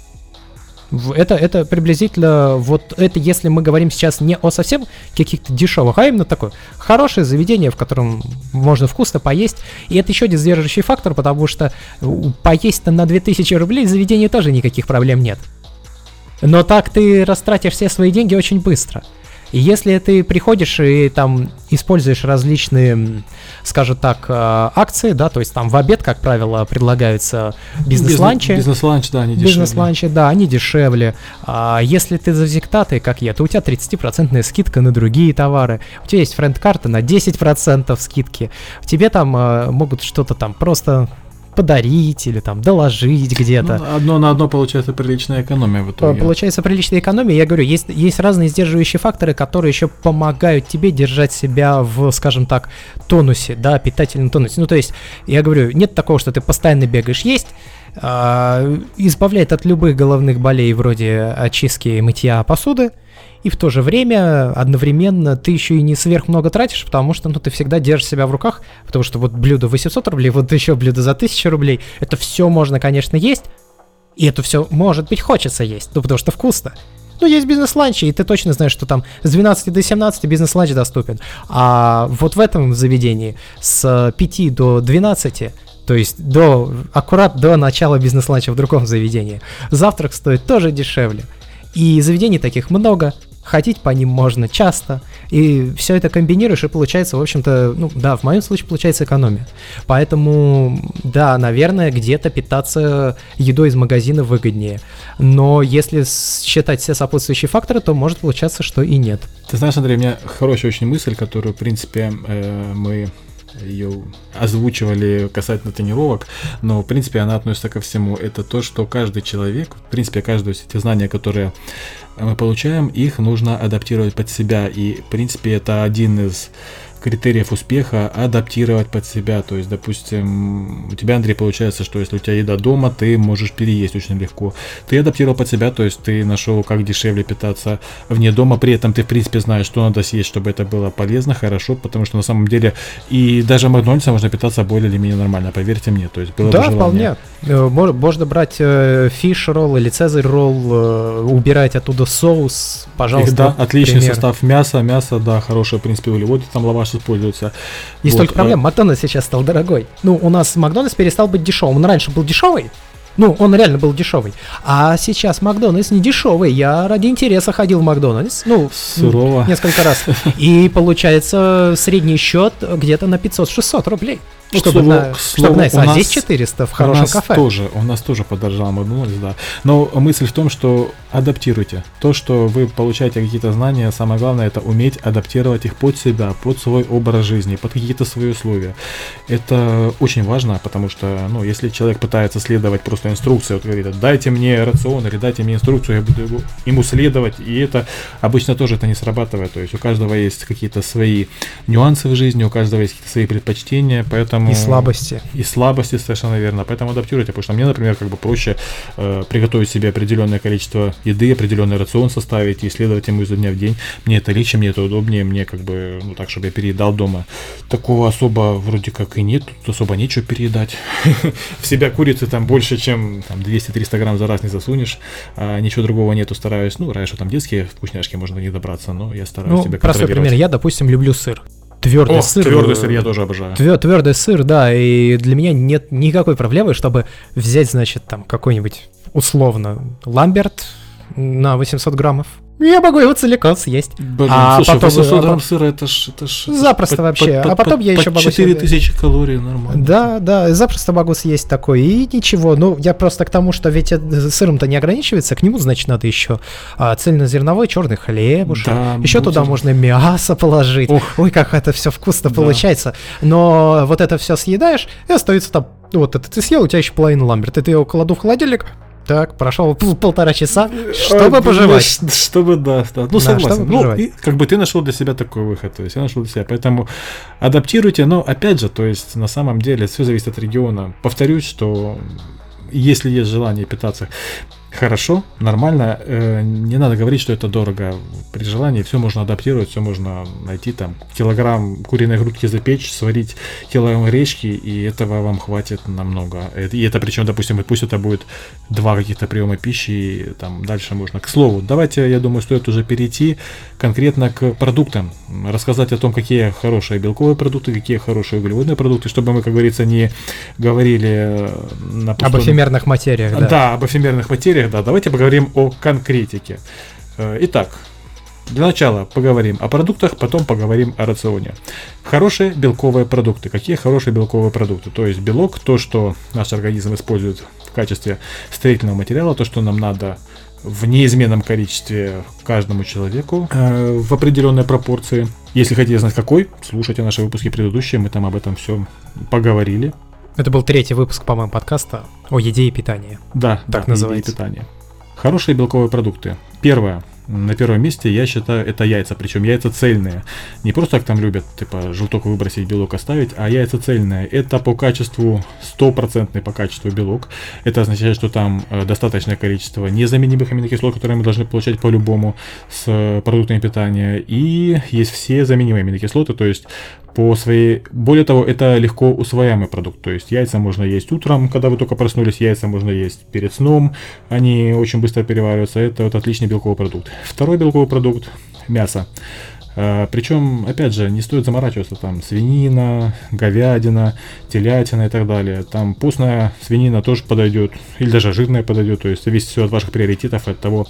Это, это приблизительно, вот это если мы говорим сейчас не о совсем каких-то дешевых, а именно такое хорошее заведение, в котором можно вкусно поесть. И это еще один сдерживающий фактор, потому что поесть-то на две тысячи рублей в заведении тоже никаких проблем нет. Но так ты растратишь все свои деньги очень быстро. И если ты приходишь и там используешь различные, скажем так, акции, да, то есть там в обед, как правило, предлагаются бизнес-ланчи. Бизнес-ланч, да, они дешевле. Бизнес-ланчи, да, они дешевле. А если ты завсегдатый, как я, то у тебя тридцать процентов скидка на другие товары. У тебя есть френд-карта на десять процентов скидки. В тебе там а, могут что-то там просто... подарить или там доложить где-то. Ну, одно на одно получается приличная экономия в итоге. Получается приличная экономия. Я говорю, есть, есть разные сдерживающие факторы, которые еще помогают тебе держать себя в, скажем так, тонусе, да, питательном тонусе. Ну, то есть, я говорю, нет такого, что ты постоянно бегаешь есть, э, избавляет от любых головных болей вроде очистки и мытья посуды, и в то же время одновременно ты еще и не сверх много тратишь, потому что ну, ты всегда держишь себя в руках, потому что вот блюдо восемьсот рублей, вот еще блюдо за тысячу рублей, это все можно, конечно, есть, и это все, может быть, хочется есть, ну, потому что вкусно. Ну, есть бизнес-ланчи, и ты точно знаешь, что там с двенадцати до семнадцати бизнес-ланч доступен, а вот в этом заведении с пяти до двенадцати, то есть до, аккурат до начала бизнес-ланча в другом заведении, завтрак стоит тоже дешевле. И заведений таких много, ходить по ним можно часто, и все это комбинируешь, и получается, в общем-то, ну да, в моем случае получается экономия. Поэтому, да, наверное, где-то питаться едой из магазина выгоднее. Но если считать все сопутствующие факторы, то может получаться, что и нет. Ты знаешь, Андрей, у меня хорошая очень мысль, которую, в принципе, э, мы... ее озвучивали касательно тренировок, но в принципе она относится ко всему. Это то, что каждый человек, в принципе, каждое эти знания, которые мы получаем, их нужно адаптировать под себя. И в принципе это один из критериев успеха — адаптировать под себя. То есть, допустим, у тебя, Андрей, получается, что если у тебя еда дома, ты можешь переесть очень легко. Ты адаптировал под себя, то есть ты нашел, как дешевле питаться вне дома, при этом ты, в принципе, знаешь, что надо съесть, чтобы это было полезно, хорошо, потому что на самом деле и даже в Макдональдсе можно питаться более или менее нормально, поверьте мне. То есть было да, вполне. Можно брать фиш-ролл или цезарь-ролл, убирать оттуда соус, пожалуйста. Да, отличный пример. Состав мяса, мясо, да, хорошее, в принципе, углеводы, там лаваш используется. Есть вот. только проблема, Макдональдс сейчас стал дорогой. Ну, у нас Макдональдс перестал быть дешевым. Он раньше был дешевый, ну, он реально был дешевый. А сейчас Макдональдс не дешевый. Я ради интереса ходил в Макдональдс. Ну, сурово. Несколько раз. И получается средний счет где-то на пятьсот-шестьсот рублей. Ну, чтобы, слову, на, чтобы на, а нас, здесь четыреста в хорошем у нас кафе. Тоже, у нас тоже подорожало Макдональдс, да. Но мысль в том, что адаптируйте. То, что вы получаете какие-то знания, самое главное, это уметь адаптировать их под себя, под свой образ жизни, под какие-то свои условия. Это очень важно, потому что, ну, если человек пытается следовать просто инструкции, вот говорит, дайте мне рацион или дайте мне инструкцию, я буду ему следовать, и это обычно тоже это не срабатывает. То есть у каждого есть какие-то свои нюансы в жизни, у каждого есть какие-то свои предпочтения, поэтому... И слабости. И слабости, совершенно верно. Поэтому адаптируйте, потому что мне, например, как бы проще э, приготовить себе определенное количество еды, определенный рацион составить и следовать ему изо дня в день. Мне это легче, мне это удобнее, мне как бы, ну так, чтобы я переедал дома. Такого особо вроде как и нет, тут особо нечего переедать. В себя курицы там больше, чем двести-триста грамм за раз не засунешь, а ничего другого нету, стараюсь. Ну, раньше там детские вкусняшки, можно до них добраться, но я стараюсь ну, себя простой контролировать. пример, я, допустим, люблю сыр. Твердый О, сыр. Твердый сыр я тоже обожаю. Твер, твердый сыр, да, и для меня нет никакой проблемы, чтобы взять, значит, там какой-нибудь условно ламберт на восемьсот граммов. Я могу его целиком съесть. Блин, а слушай, потом, восемьсот грамм а, сыра, это ж... Это ж запросто под, вообще. Под, а потом под, я еще под могу... четыре тысячи калорий нормально. Да, да, запросто могу съесть такой. И ничего, ну, я просто к тому, что ведь сыром-то не ограничивается, к нему, значит, надо еще а, цельнозерновой черный хлебушек. Да, еще будет... туда можно мясо положить. Ох. Ой, как это все вкусно да. получается. Но вот это все съедаешь, и остается там... Вот это ты съел, у тебя еще половина ламберта. Ты его кладу в холодильник... Так, прошел полтора часа, чтобы пожевать. Чтобы, да, да. Ну, согласен. Ну, и, как бы ты нашел для себя такой выход, то есть я нашел для себя. Поэтому адаптируйте, но опять же, то есть на самом деле все зависит от региона. Повторюсь, что если есть желание питаться хорошо, нормально, э, не надо говорить, что это дорого. При желании все можно адаптировать, все можно найти там килограмм куриной грудки запечь, сварить килограмм гречки, и этого вам хватит намного. И это причем, допустим, пусть это будет два каких-то приема пищи, и там дальше можно. К слову, давайте, я думаю, стоит уже перейти конкретно к продуктам, рассказать о том, какие хорошие белковые продукты, какие хорошие углеводные продукты, чтобы мы, как говорится, не говорили на пустом... Об эфемерных материях, да. Да, об эфемерных материях. Да, давайте поговорим о конкретике. Итак, для начала поговорим о продуктах, потом поговорим о рационе. Хорошие белковые продукты. Какие хорошие белковые продукты? То есть белок, то, что наш организм использует в качестве строительного материала, то, что нам надо в неизменном количестве каждому человеку э, в определенной пропорции. Если хотите знать какой, слушайте наши выпуски предыдущие, мы там об этом все поговорили. Это был третий выпуск, по-моему, подкаста о еде и питании. Да, так да, называется. Еде и питании. Хорошие белковые продукты. Первое. На первом месте, я считаю, это яйца, причем яйца цельные. Не просто так там любят, типа, желток выбросить, белок оставить, а яйца цельные. Это по качеству, стопроцентный по качеству белок. Это означает, что там э, достаточное количество незаменимых аминокислот, которые мы должны получать по-любому с э, продуктами питания. И есть все заменимые аминокислоты, то есть по своей... Более того, это легко усвояемый продукт. То есть яйца можно есть утром, когда вы только проснулись, яйца можно есть перед сном. Они очень быстро перевариваются. Это вот отличный белковый продукт. Второй белковый продукт – мясо. А, причем, опять же, не стоит заморачиваться. Там свинина, говядина, телятина и так далее. Там постная свинина тоже подойдет. Или даже жирная подойдет. То есть зависит все от ваших приоритетов, от того,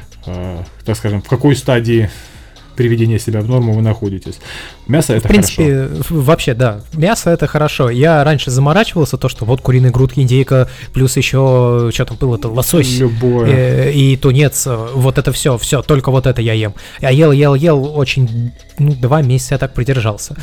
а, так скажем, в какой стадии приведения себя в норму вы находитесь. Мясо это хорошо. В принципе, хорошо. Вообще, да, мясо это хорошо. Я раньше заморачивался, то, что вот куриные грудки, индейка, плюс еще, что там было-то, лосось. Любое. И, и тунец, вот это все, все, только вот это я ем. Я ел, ел, ел очень, ну, два месяца я так продержался.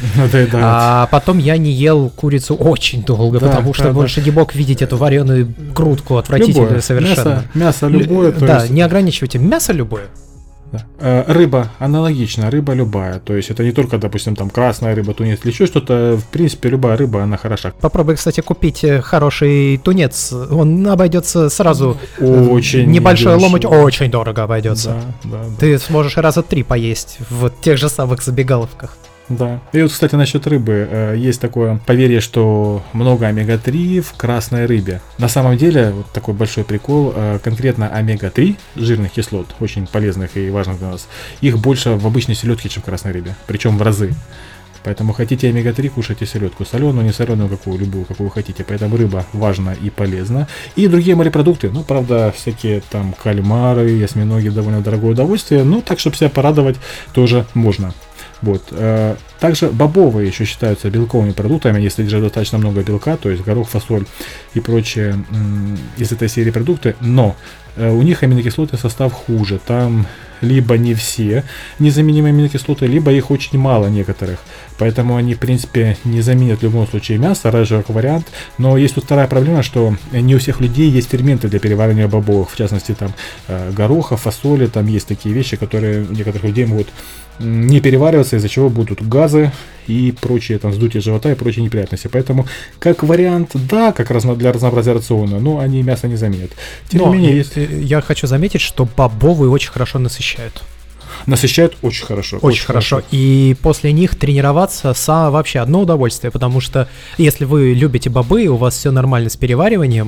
А потом я не ел курицу очень долго, да, потому что да, больше да. не мог видеть эту вареную грудку отвратительную любое. Совершенно. Мясо, мясо любое. Лю- да, есть... не ограничивайте, мясо любое. Да. Рыба аналогично, рыба любая, то есть это не только, допустим, там красная рыба, тунец или еще что-то, в принципе, любая рыба, она хороша. Попробуй, кстати, купить хороший тунец, он обойдется сразу, очень небольшой ломоть очень дорого обойдется. Да, да, да. Ты сможешь раза три поесть в тех же самых забегаловках. Да. И вот, кстати, насчет рыбы. Есть такое поверье, что много омега три в красной рыбе. На самом деле, вот такой большой прикол, конкретно омега три жирных кислот, очень полезных и важных для нас, их больше в обычной селедке, чем в красной рыбе. Причем в разы. Поэтому хотите омега три, кушайте селедку. Соленую, не соленую, какую, любую, какую хотите. Поэтому рыба важна и полезна. И другие морепродукты. Ну, правда, всякие там кальмары, осьминоги, довольно дорогое удовольствие. Но так, чтобы себя порадовать, тоже можно. Вот. Также бобовые еще считаются белковыми продуктами, если содержат достаточно много белка, то есть горох, фасоль и прочие из этой серии продукты, но у них аминокислотный состав хуже, там либо не все незаменимые аминокислоты, либо их очень мало некоторых, поэтому они в принципе не заменят в любом случае мясо, разве как вариант. Но есть тут вторая проблема, что не у всех людей есть ферменты для переваривания бобовых, в частности там гороха, фасоли, там есть такие вещи, которые у некоторых людей могут не перевариваться, из-за чего будут газы и прочие, там, вздутие живота и прочие неприятности. Поэтому, как вариант, да, как раз для разнообразия рациона, но они мясо не заменят. Тем но не менее, есть... я хочу заметить, что бобовые очень хорошо насыщают. Насыщают очень хорошо. Очень, очень хорошо. хорошо. И после них тренироваться са вообще одно удовольствие, потому что если вы любите бобы, у вас все нормально с перевариванием,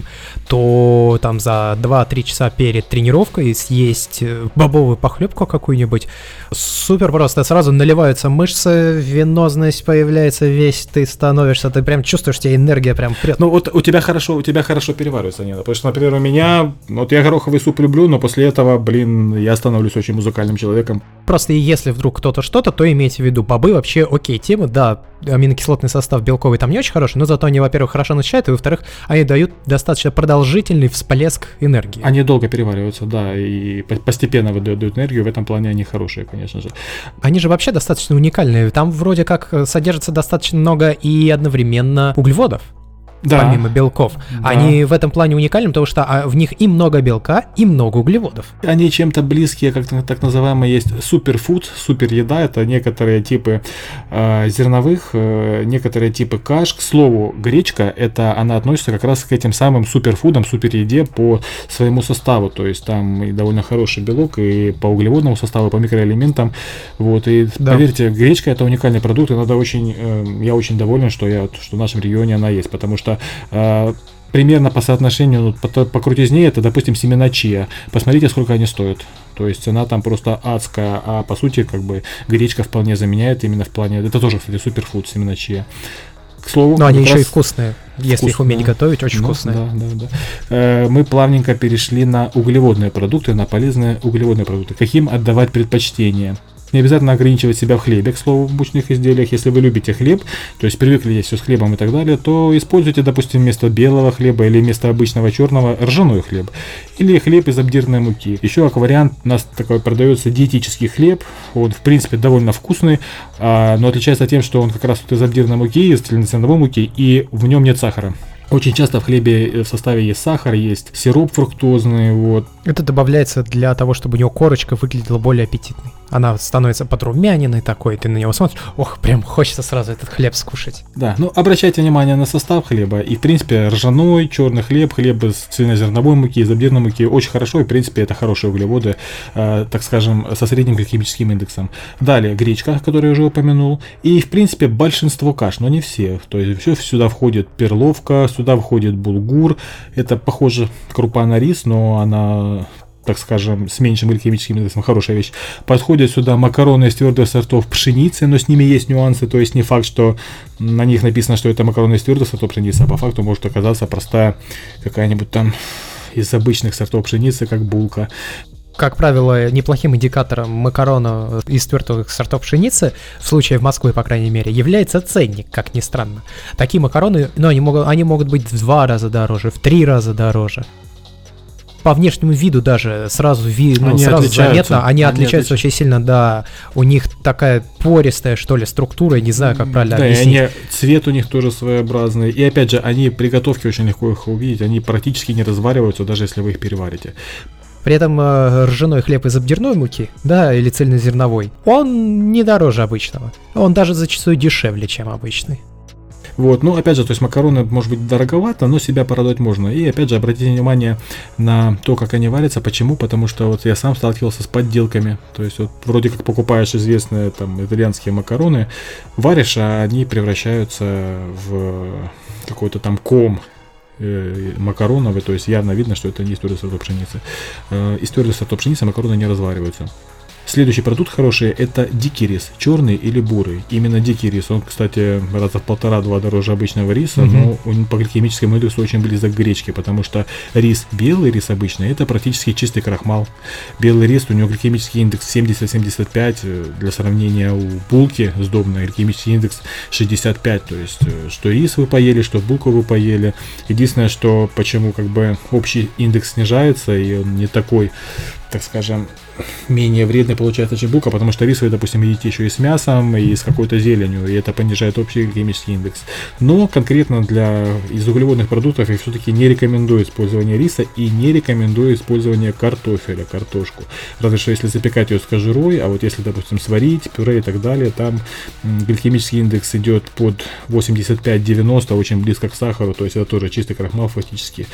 то там за два-три часа перед тренировкой съесть бобовую похлебку какую-нибудь супер просто. Сразу наливаются мышцы, венозность появляется, весь ты становишься, ты прям чувствуешь, что энергия прям прет. Ну вот у тебя хорошо, у тебя хорошо переваривается, Нина. Потому что, например, у меня, вот я гороховый суп люблю, но после этого, блин, я становлюсь очень музыкальным человеком. Просто если вдруг кто-то что-то, то имейте в виду, бобы вообще окей тема, да, аминокислотный состав белковый там не очень хороший, но зато они, во-первых, хорошо насыщают, и, во-вторых, они дают достаточно продолжительный всплеск энергии. Они долго перевариваются, да, и постепенно выдают энергию, в этом плане они хорошие, конечно же. Они же вообще достаточно уникальные, там вроде как содержится достаточно много и одновременно углеводов. Да. Помимо белков. Да. Они в этом плане уникальны, потому что в них и много белка, и много углеводов. Они чем-то близкие, как так называемые, есть суперфуд, супереда. Это некоторые типы э, зерновых, э, некоторые типы каш. К слову, гречка, это она относится как раз к этим самым суперфудам, супереде по своему составу. То есть там и довольно хороший белок, и по углеводному составу, по микроэлементам. Вот. И да. Поверьте, гречка это уникальный продукт, и надо очень, э, я очень доволен, что, я, что в нашем регионе она есть, потому что Uh, примерно по соотношению, по, по крутизне, это, допустим, семена чиа. Посмотрите, сколько они стоят. То есть цена там просто адская, а по сути, как бы, гречка вполне заменяет именно в плане... Это тоже, кстати, суперфуд, семена чиа. К слову, но они еще и вкусные, если вкусные. Их уметь готовить, очень ну, вкусные. Да, да, да. Э, мы плавненько перешли на углеводные продукты, на полезные углеводные продукты. Каким отдавать предпочтение? Не обязательно ограничивать себя в хлебе, к слову, в мучных изделиях. Если вы любите хлеб, то есть привыкли есть все с хлебом и так далее, то используйте, допустим, вместо белого хлеба или вместо обычного черного ржаной хлеб. Или хлеб из обдирной муки. Еще как вариант у нас такой продается диетический хлеб. Он, в принципе, довольно вкусный, а, но отличается тем, что он как раз вот из обдирной муки, из цельнозерновой муки, и в нем нет сахара. Очень часто в хлебе в составе есть сахар, есть сироп фруктозный, вот. Это добавляется для того, чтобы у него корочка выглядела более аппетитной. Она становится подрумяненной такой, ты на него смотришь, ох, прям хочется сразу этот хлеб скушать. Да, ну обращайте внимание на состав хлеба, и в принципе ржаной, черный хлеб, хлеб из цельнозерновой муки, из обдирной муки очень хорошо, и в принципе это хорошие углеводы, э, так скажем, со средним гликемическим индексом. Далее гречка, которую я уже упомянул, и в принципе большинство каш, но не все, то есть все сюда входит перловка, сюда входит булгур, это похоже крупа на рис, но она, так скажем, с меньшим гликемическим индексом, хорошая вещь. Подходят сюда макароны из твердых сортов пшеницы, но с ними есть нюансы, то есть не факт, что на них написано, что это макароны из твердых сортов пшеницы, а по факту может оказаться простая какая-нибудь там из обычных сортов пшеницы, как булка. Как правило, неплохим индикатором макарона из твердых сортов пшеницы, в случае в Москве, по крайней мере, является ценник, как ни странно. Такие макароны, ну, они могут, они могут быть в два раза дороже, в три раза дороже. По внешнему виду даже сразу, ви, ну, сразу заметно, они, они отличаются отлич... очень сильно, да, у них такая пористая, что ли, структура, не знаю, как правильно да, объяснить. И они, цвет у них тоже своеобразный, и опять же, они при готовке очень легко их увидеть, они практически не развариваются, даже если вы их переварите. При этом э, ржаной хлеб из обдирной муки, да, или цельнозерновой, он не дороже обычного. Он даже зачастую дешевле, чем обычный. Вот, ну, опять же, то есть макароны, может быть, дороговато, но себя порадовать можно. И, опять же, обратите внимание на то, как они варятся. Почему? Потому что вот я сам сталкивался с подделками. То есть, вот вроде как покупаешь известные там итальянские макароны, варишь, а они превращаются в какой-то там ком макароновый, то есть явно видно, что это не из твердых сортов пшеницы. Из твердых сортов пшеницы макароны не развариваются. Следующий продукт хороший – это дикий рис, черный или бурый. Именно дикий рис, он, кстати, раза в полтора-два дороже обычного риса, mm-hmm. но он по гликемическому индексу очень близок к гречке, потому что рис, белый рис обычный, это практически чистый крахмал. Белый рис, у него гликемический индекс семьдесят - семьдесят пять, для сравнения у булки сдобной гликемический индекс шестьдесят пять, то есть что рис вы поели, что булку вы поели. Единственное, что почему как бы общий индекс снижается и он не такой, так скажем, менее вредный получается, чем булка, потому что рис вы, допустим, едите еще и с мясом, и с какой-то зеленью, и это понижает общий гликемический индекс. Но конкретно для из углеводных продуктов я все-таки не рекомендую использование риса и не рекомендую использование картофеля, картошку. Разве что если запекать ее с кожурой, а вот если, допустим, сварить, пюре и так далее, там гликемический индекс идет под восемьдесят пять - девяносто, очень близко к сахару, то есть это тоже чистый крахмал фактически.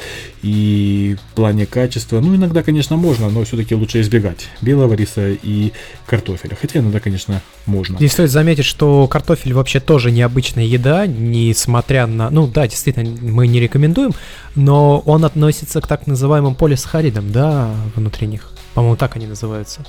И в плане качества, ну иногда, конечно, можно, но все-таки лучше избегать белого риса и картофеля. Хотя иногда, конечно, можно. Здесь стоит заметить, что картофель вообще тоже необычная еда, несмотря на... Ну да, действительно, мы не рекомендуем, но он относится к так называемым полисахаридам, да, внутренних. По-моему, так они называются.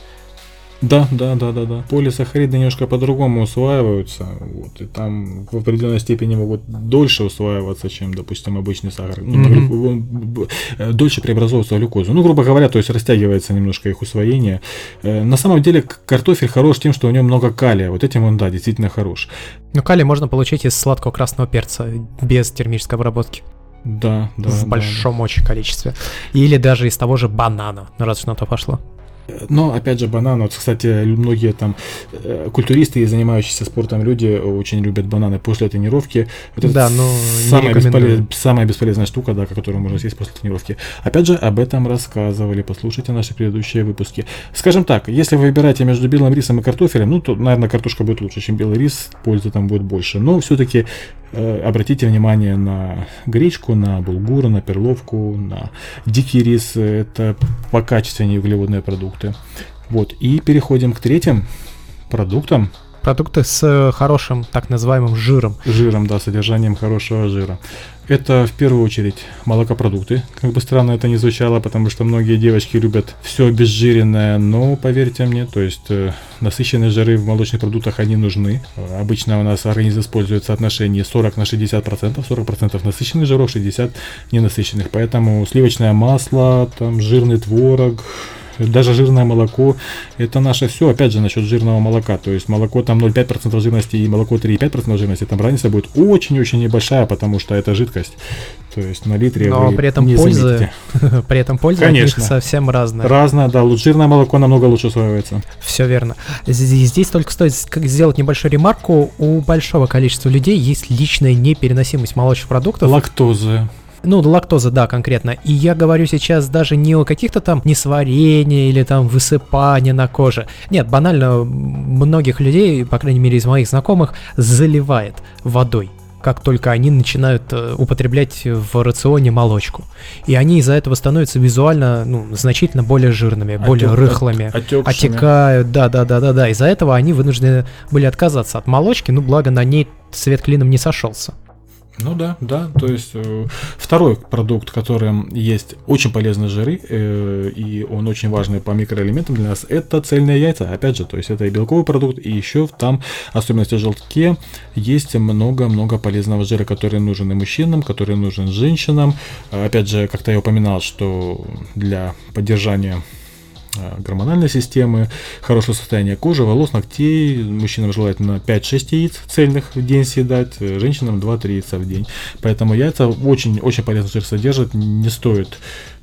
Да, да, да, да, да. Полисахариды немножко по-другому усваиваются, вот, и там в определенной степени могут дольше усваиваться, чем, допустим, обычный сахар. Ну, mm-hmm. он дольше преобразовывается в глюкозу. Ну, грубо говоря, то есть растягивается немножко их усвоение. На самом деле картофель хорош тем, что у него много калия. Вот этим он, да, действительно хорош. Но калий можно получить из сладкого красного перца без термической обработки. Да, да. В да, большом да. очень количестве. Или даже из того же банана, раз уж на то пошло. Но, опять же, банан, вот, кстати, многие там э, культуристы и занимающиеся спортом люди очень любят бананы после тренировки. Вот это да, но самая, бесполез... самая бесполезная штука, да, которую можно съесть после тренировки. Опять же, об этом рассказывали, послушайте наши предыдущие выпуски. Скажем так, если вы выбираете между белым рисом и картофелем, ну, то, наверное, картошка будет лучше, чем белый рис, пользы там будет больше. Но все-таки э, обратите внимание на гречку, на булгур, на перловку, на дикий рис. Это покачественнее углеводные продукты. Вот, и переходим к третьим продуктам. Продукты с хорошим, так называемым жиром. Жиром, да, содержанием хорошего жира. Это в первую очередь молокопродукты. Как бы странно это ни звучало, потому что многие девочки любят все обезжиренное, но поверьте мне, то есть э, насыщенные жиры в молочных продуктах, они нужны. Обычно у нас организм использует соотношение сорок на шестьдесят процентов, сорок процентов насыщенных жиров, шестьдесят процентов ненасыщенных. Поэтому сливочное масло, там, жирный творог, даже жирное молоко, это наше все, опять же, насчет жирного молока, то есть молоко там ноль целых пять десятых процента жирности и молоко три целых пять десятых процента жирности, там разница будет очень-очень небольшая, потому что это жидкость, то есть на литре но вы при этом не польза, заметите. При этом польза Конечно. от них совсем разная. Разная, да, жирное молоко намного лучше усваивается. Все верно. Здесь, здесь только стоит сделать небольшую ремарку, у большого количества людей есть личная непереносимость молочных продуктов. Лактоза. Ну, лактоза, да, конкретно. И я говорю сейчас даже не о каких-то там несварении или там высыпании на коже. Нет, банально многих людей, по крайней мере из моих знакомых, заливает водой, как только они начинают э, употреблять в рационе молочку. И они из-за этого становятся визуально, ну, значительно более жирными, Отек, более рыхлыми, отекшими. Отекают, да-да-да-да-да. Из-за этого они вынуждены были отказаться от молочки, ну, благо на ней свет клином не сошелся. Ну да, да, то есть э, второй продукт, которым есть очень полезные жиры, э, и он очень важный по микроэлементам для нас, это цельные яйца, опять же, то есть это и белковый продукт, и еще там, особенности в желтке, есть много-много полезного жира, который нужен и мужчинам, который нужен женщинам. Опять же, как-то я упоминал, что для поддержания гормональной системы, хорошее состояние кожи, волос, ногтей. Мужчинам желательно пять-шесть яиц цельных в день съедать, женщинам два-три яйца в день. Поэтому яйца очень-очень полезно жир содержат. Не стоит,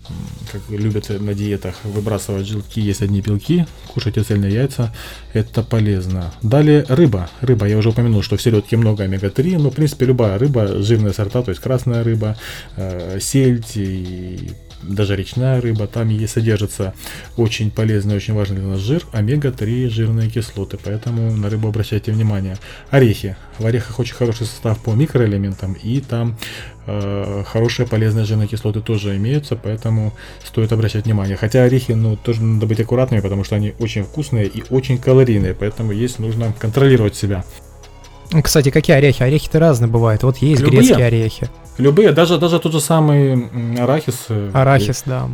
как любят на диетах, выбрасывать желтки, есть одни белки. Кушайте цельные яйца, это полезно. Далее рыба. Рыба, я уже упомянул, что в селедке много омега три, но в принципе любая рыба, жирные сорта, то есть красная рыба, э, сельдь и даже речная рыба, там и содержится очень полезный, очень важный для нас жир, омега три жирные кислоты, поэтому на рыбу обращайте внимание. Орехи. В орехах очень хороший состав по микроэлементам, и там э, хорошие полезные жирные кислоты тоже имеются, поэтому стоит обращать внимание. Хотя орехи, ну, тоже надо быть аккуратными, потому что они очень вкусные и очень калорийные, поэтому есть нужно контролировать себя. Кстати, какие орехи? Орехи-то разные бывают. Вот есть Любые. Грецкие орехи. Любые, даже, даже тот же самый арахис. Арахис, да.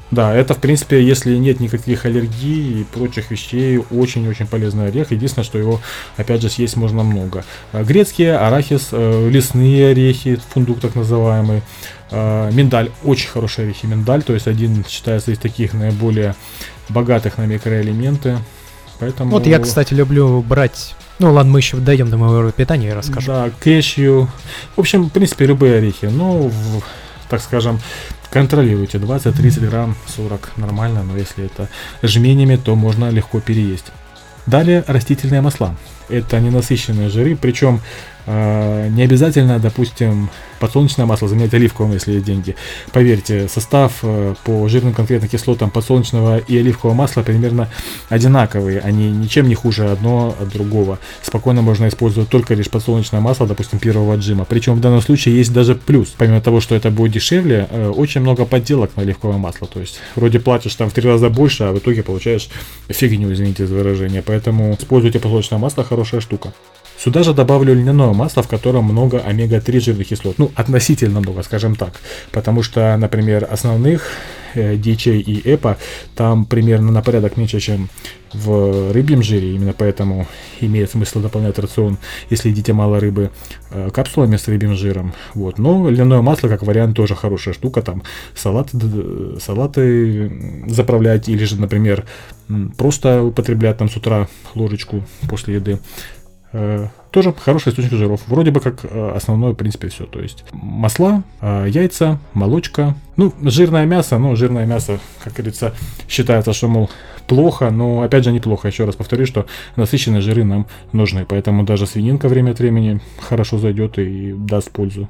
Да, это, в принципе, если нет никаких аллергий и прочих вещей, очень-очень полезный орех. Единственное, что его, опять же, съесть можно много. Грецкий, арахис, лесные орехи, фундук так называемый, миндаль, очень хорошие орехи миндаль, то есть один считается из таких наиболее богатых на микроэлементы. Поэтому... Вот я, кстати, люблю брать... Ну ладно, мы еще дойдем до моего питания и расскажу. Да, кешью. В общем, в принципе, любые орехи. Ну, в, так скажем, контролируйте двадцать-тридцать грамм, сорок нормально, но если это жменями, то можно легко переесть. Далее растительные масла. Это ненасыщенные жиры, причем э, не обязательно, допустим, подсолнечное масло заменять оливковым, если есть деньги. Поверьте, состав э, по жирным конкретно кислотам подсолнечного и оливкового масла примерно одинаковые. Они ничем не хуже одно от другого. Спокойно можно использовать только лишь подсолнечное масло, допустим, первого отжима. Причем в данном случае есть даже плюс. Помимо того, что это будет дешевле, э, очень много подделок на оливковое масло. То есть вроде платишь там в три раза больше, а в итоге получаешь фигню, извините за выражение. Поэтому используйте подсолнечное масло, хорошая штука. Сюда же добавлю льняное масло, в котором много омега три жирных кислот. Ну, относительно много, скажем так. Потому что, например, основных э, ди эйч эй и эпа там примерно на порядок меньше, чем в рыбьем жире. Именно поэтому имеет смысл дополнять рацион, если едите мало рыбы, э, капсулами с рыбьим жиром. Вот. Но льняное масло, как вариант, тоже хорошая штука. Там салаты, салаты заправлять или же, например, просто употреблять там с утра ложечку после еды. Тоже хороший источник жиров. Вроде бы как основное, в принципе, все. То есть масла, яйца, молочка. Ну, жирное мясо, ну, жирное мясо, как говорится, считается, что, мол, плохо, но, опять же, неплохо. Еще раз повторю, что насыщенные жиры нам нужны. Поэтому даже свининка время от времени хорошо зайдет и даст пользу.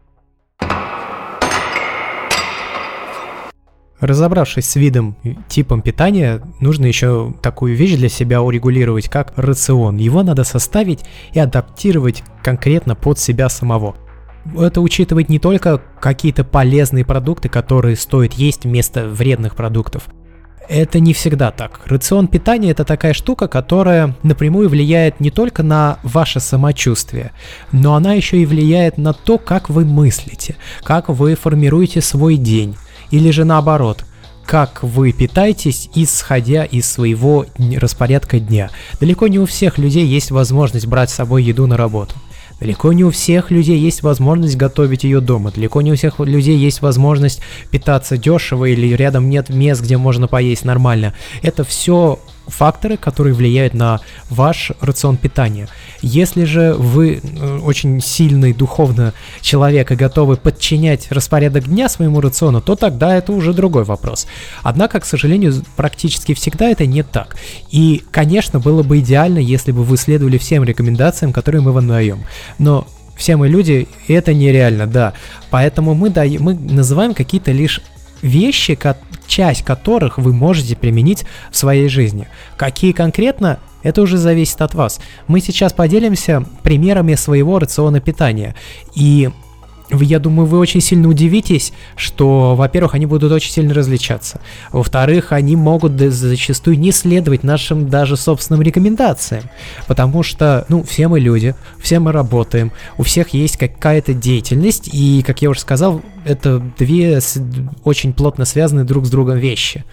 Разобравшись с видом и типом питания, нужно еще такую вещь для себя урегулировать, как рацион. Его надо составить и адаптировать конкретно под себя самого. Это учитывает не только какие-то полезные продукты, которые стоит есть вместо вредных продуктов. Это не всегда так. Рацион питания – это такая штука, которая напрямую влияет не только на ваше самочувствие, но она еще и влияет на то, как вы мыслите, как вы формируете свой день. Или же наоборот, как вы питаетесь, исходя из своего распорядка дня. Далеко не у всех людей есть возможность брать с собой еду на работу. Далеко не у всех людей есть возможность готовить ее дома. Далеко не у всех людей есть возможность питаться дешево или рядом нет мест, где можно поесть нормально. Это все факторы, которые влияют на ваш рацион питания. Если же вы очень сильный духовно человек и готовы подчинять распорядок дня своему рациону, то тогда это уже другой вопрос. Однако, к сожалению, практически всегда это не так. И, конечно, было бы идеально, если бы вы следовали всем рекомендациям, которые мы вам даем. Но все мы люди, и это нереально, да. Поэтому мы, даем, мы называем какие-то лишь вещи, часть которых вы можете применить в своей жизни. Какие конкретно, это уже зависит от вас. Мы сейчас поделимся примерами своего рациона питания. И я думаю, вы очень сильно удивитесь, что, во-первых, они будут очень сильно различаться. Во-вторых, они могут зачастую не следовать нашим даже собственным рекомендациям. Потому что, ну, все мы люди, все мы работаем, у всех есть какая-то деятельность, и, как я уже сказал, это две очень плотно связанные друг с другом вещи.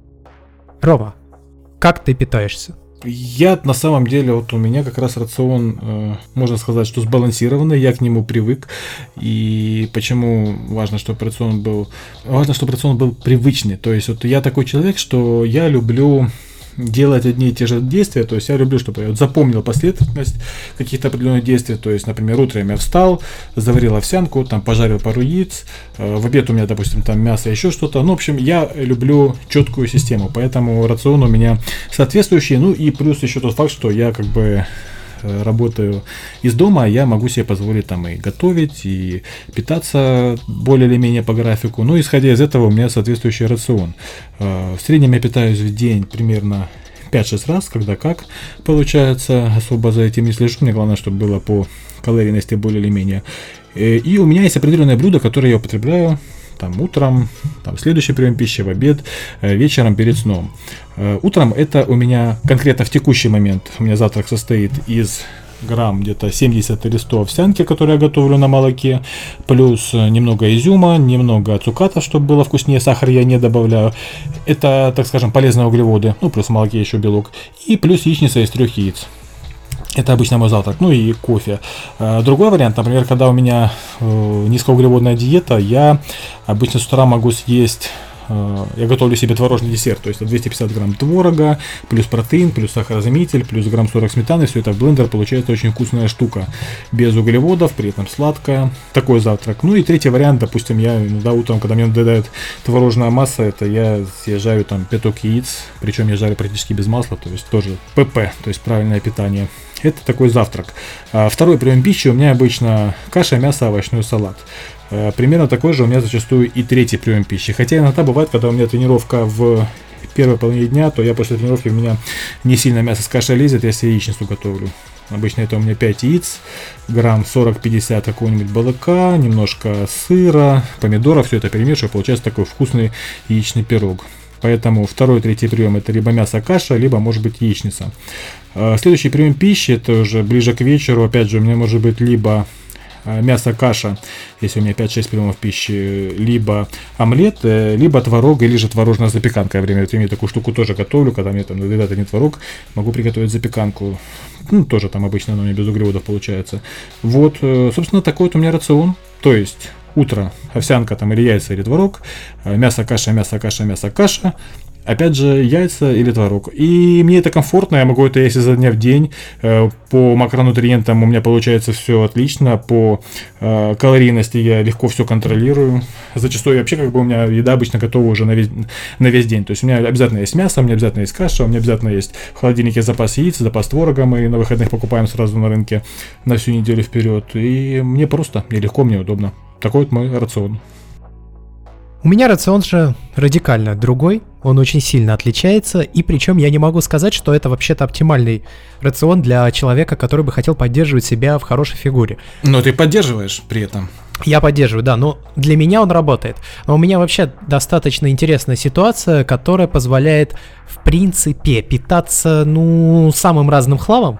Рома, как ты питаешься? Я на самом деле, вот у меня как раз рацион, э, можно сказать, что сбалансированный, я к нему привык. И почему важно, чтобы рацион был, важно, чтобы рацион был привычный. То есть вот я такой человек, что я люблю делать одни и те же действия, то есть я люблю, чтобы я вот запомнил последовательность каких-то определенных действий, то есть, например, утром я встал, заварил овсянку, там пожарил пару яиц, э, в обед у меня, допустим, там мясо, еще что-то, ну, в общем, я люблю четкую систему, поэтому рацион у меня соответствующий, ну, и плюс еще тот факт, что я как бы работаю из дома, я могу себе позволить там и готовить, и питаться более или менее по графику. Ну, исходя из этого, у меня соответствующий рацион. В среднем я питаюсь в день примерно пять-шесть раз, когда как получается. Особо за этим не слежу. Мне главное, чтобы было по калорийности более или менее. И у меня есть определенное блюдо, которое я употребляю там утром, там следующий прием пищи, в обед, вечером перед сном. Утром это у меня конкретно в текущий момент, у меня завтрак состоит из грамм, где-то семьдесят или сто овсянки, которые я готовлю на молоке, плюс немного изюма, немного цуката, чтобы было вкуснее, сахар я не добавляю. Это, так скажем, полезные углеводы, ну, плюс в молоке еще белок. И плюс яичница из трех яиц. Это обычно мой завтрак, ну и кофе. Другой вариант, например, когда у меня низкоуглеводная диета, я обычно с утра могу съесть, я готовлю себе творожный десерт, то есть двести пятьдесят грамм творога, плюс протеин, плюс сахарозаменитель, плюс грамм сорок сметаны, все это в блендер, получается очень вкусная штука, без углеводов, при этом сладкая, такой завтрак. Ну и третий вариант, допустим, я иногда утром, когда мне надоедает творожная масса, это я съезжаю там пяток яиц, причем я жарю практически без масла, то есть тоже ПП, то есть правильное питание. Это такой завтрак. Второй прием пищи у меня обычно каша, мясо, овощной салат. Примерно такой же у меня зачастую и третий прием пищи. Хотя иногда бывает, когда у меня тренировка в первой половине дня, то я после тренировки, у меня не сильно мясо с кашей лезет, я себе яичницу готовлю. Обычно это у меня пять яиц, грамм сорок-пятьдесят какого-нибудь балыка, немножко сыра, помидоров, все это перемешиваю, получается такой вкусный яичный пирог. Поэтому второй, третий прием это либо мясо-каша, либо может быть яичница. Следующий прием пищи, это уже ближе к вечеру, опять же у меня может быть либо мясо-каша, если у меня пять-шесть приемов пищи, либо омлет, либо творог, или же творожная запеканка. Я время от времени такую штуку тоже готовлю, когда мне там надоедает не творог, могу приготовить запеканку. Ну, тоже там обычно она у меня без углеводов получается. Вот, собственно, такой вот у меня рацион. То есть утро овсянка там или яйца, или творог, мясо-каша, мясо-каша, мясо-каша. Опять же, яйца или творог. И мне это комфортно, я могу это есть изо дня в день. По макронутриентам у меня получается все отлично. По калорийности я легко все контролирую. Зачастую вообще как бы у меня еда обычно готова уже на весь, на весь день. То есть у меня обязательно есть мясо, у меня обязательно есть каша, у меня обязательно есть в холодильнике запас яиц, запас творога. Мы на выходных покупаем сразу на рынке на всю неделю вперед. И мне просто, мне легко, мне удобно. Такой вот мой рацион. У меня рацион же радикально другой, он очень сильно отличается, и причем я не могу сказать, что это вообще-то оптимальный рацион для человека, который бы хотел поддерживать себя в хорошей фигуре. Но ты поддерживаешь при этом. Я поддерживаю, да, но для меня он работает. Но у меня вообще достаточно интересная ситуация, которая позволяет, в принципе, питаться, ну, самым разным хламом,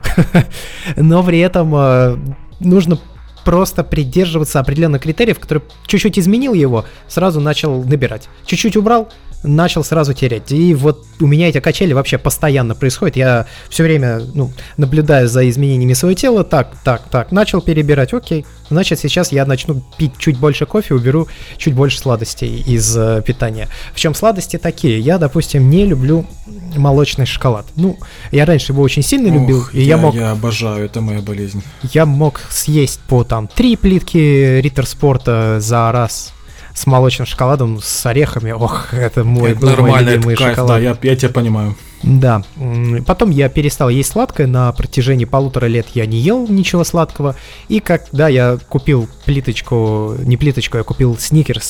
но при этом э, нужно просто придерживаться определенных критериев, которые чуть-чуть изменил его, сразу начал набирать. Чуть-чуть убрал, начал сразу терять. И вот у меня эти качели вообще постоянно происходят. Я все время ну, наблюдаю за изменениями своего тела. Так, так, так, начал перебирать, окей. Значит, сейчас я начну пить чуть больше кофе, уберу чуть больше сладостей из э, питания. Причем сладости такие. Я, допустим, не люблю молочный шоколад. Ну, я раньше его очень сильно любил. Ох, и я, я, мог, я обожаю, это моя болезнь. Я мог съесть по там три плитки Риттер Спорта за раз с молочным шоколадом, с орехами. Ох, это мой, это был нормально, мой любимый это кайф, шоколад. да, я, я тебя понимаю. Да. Потом я перестал есть сладкое. На протяжении полутора лет я не ел ничего сладкого. И когда я купил плиточку, не плиточку, я купил сникерс.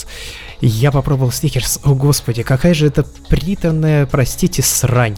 Я попробовал сникерс. О, господи, какая же это приторная, простите, срань.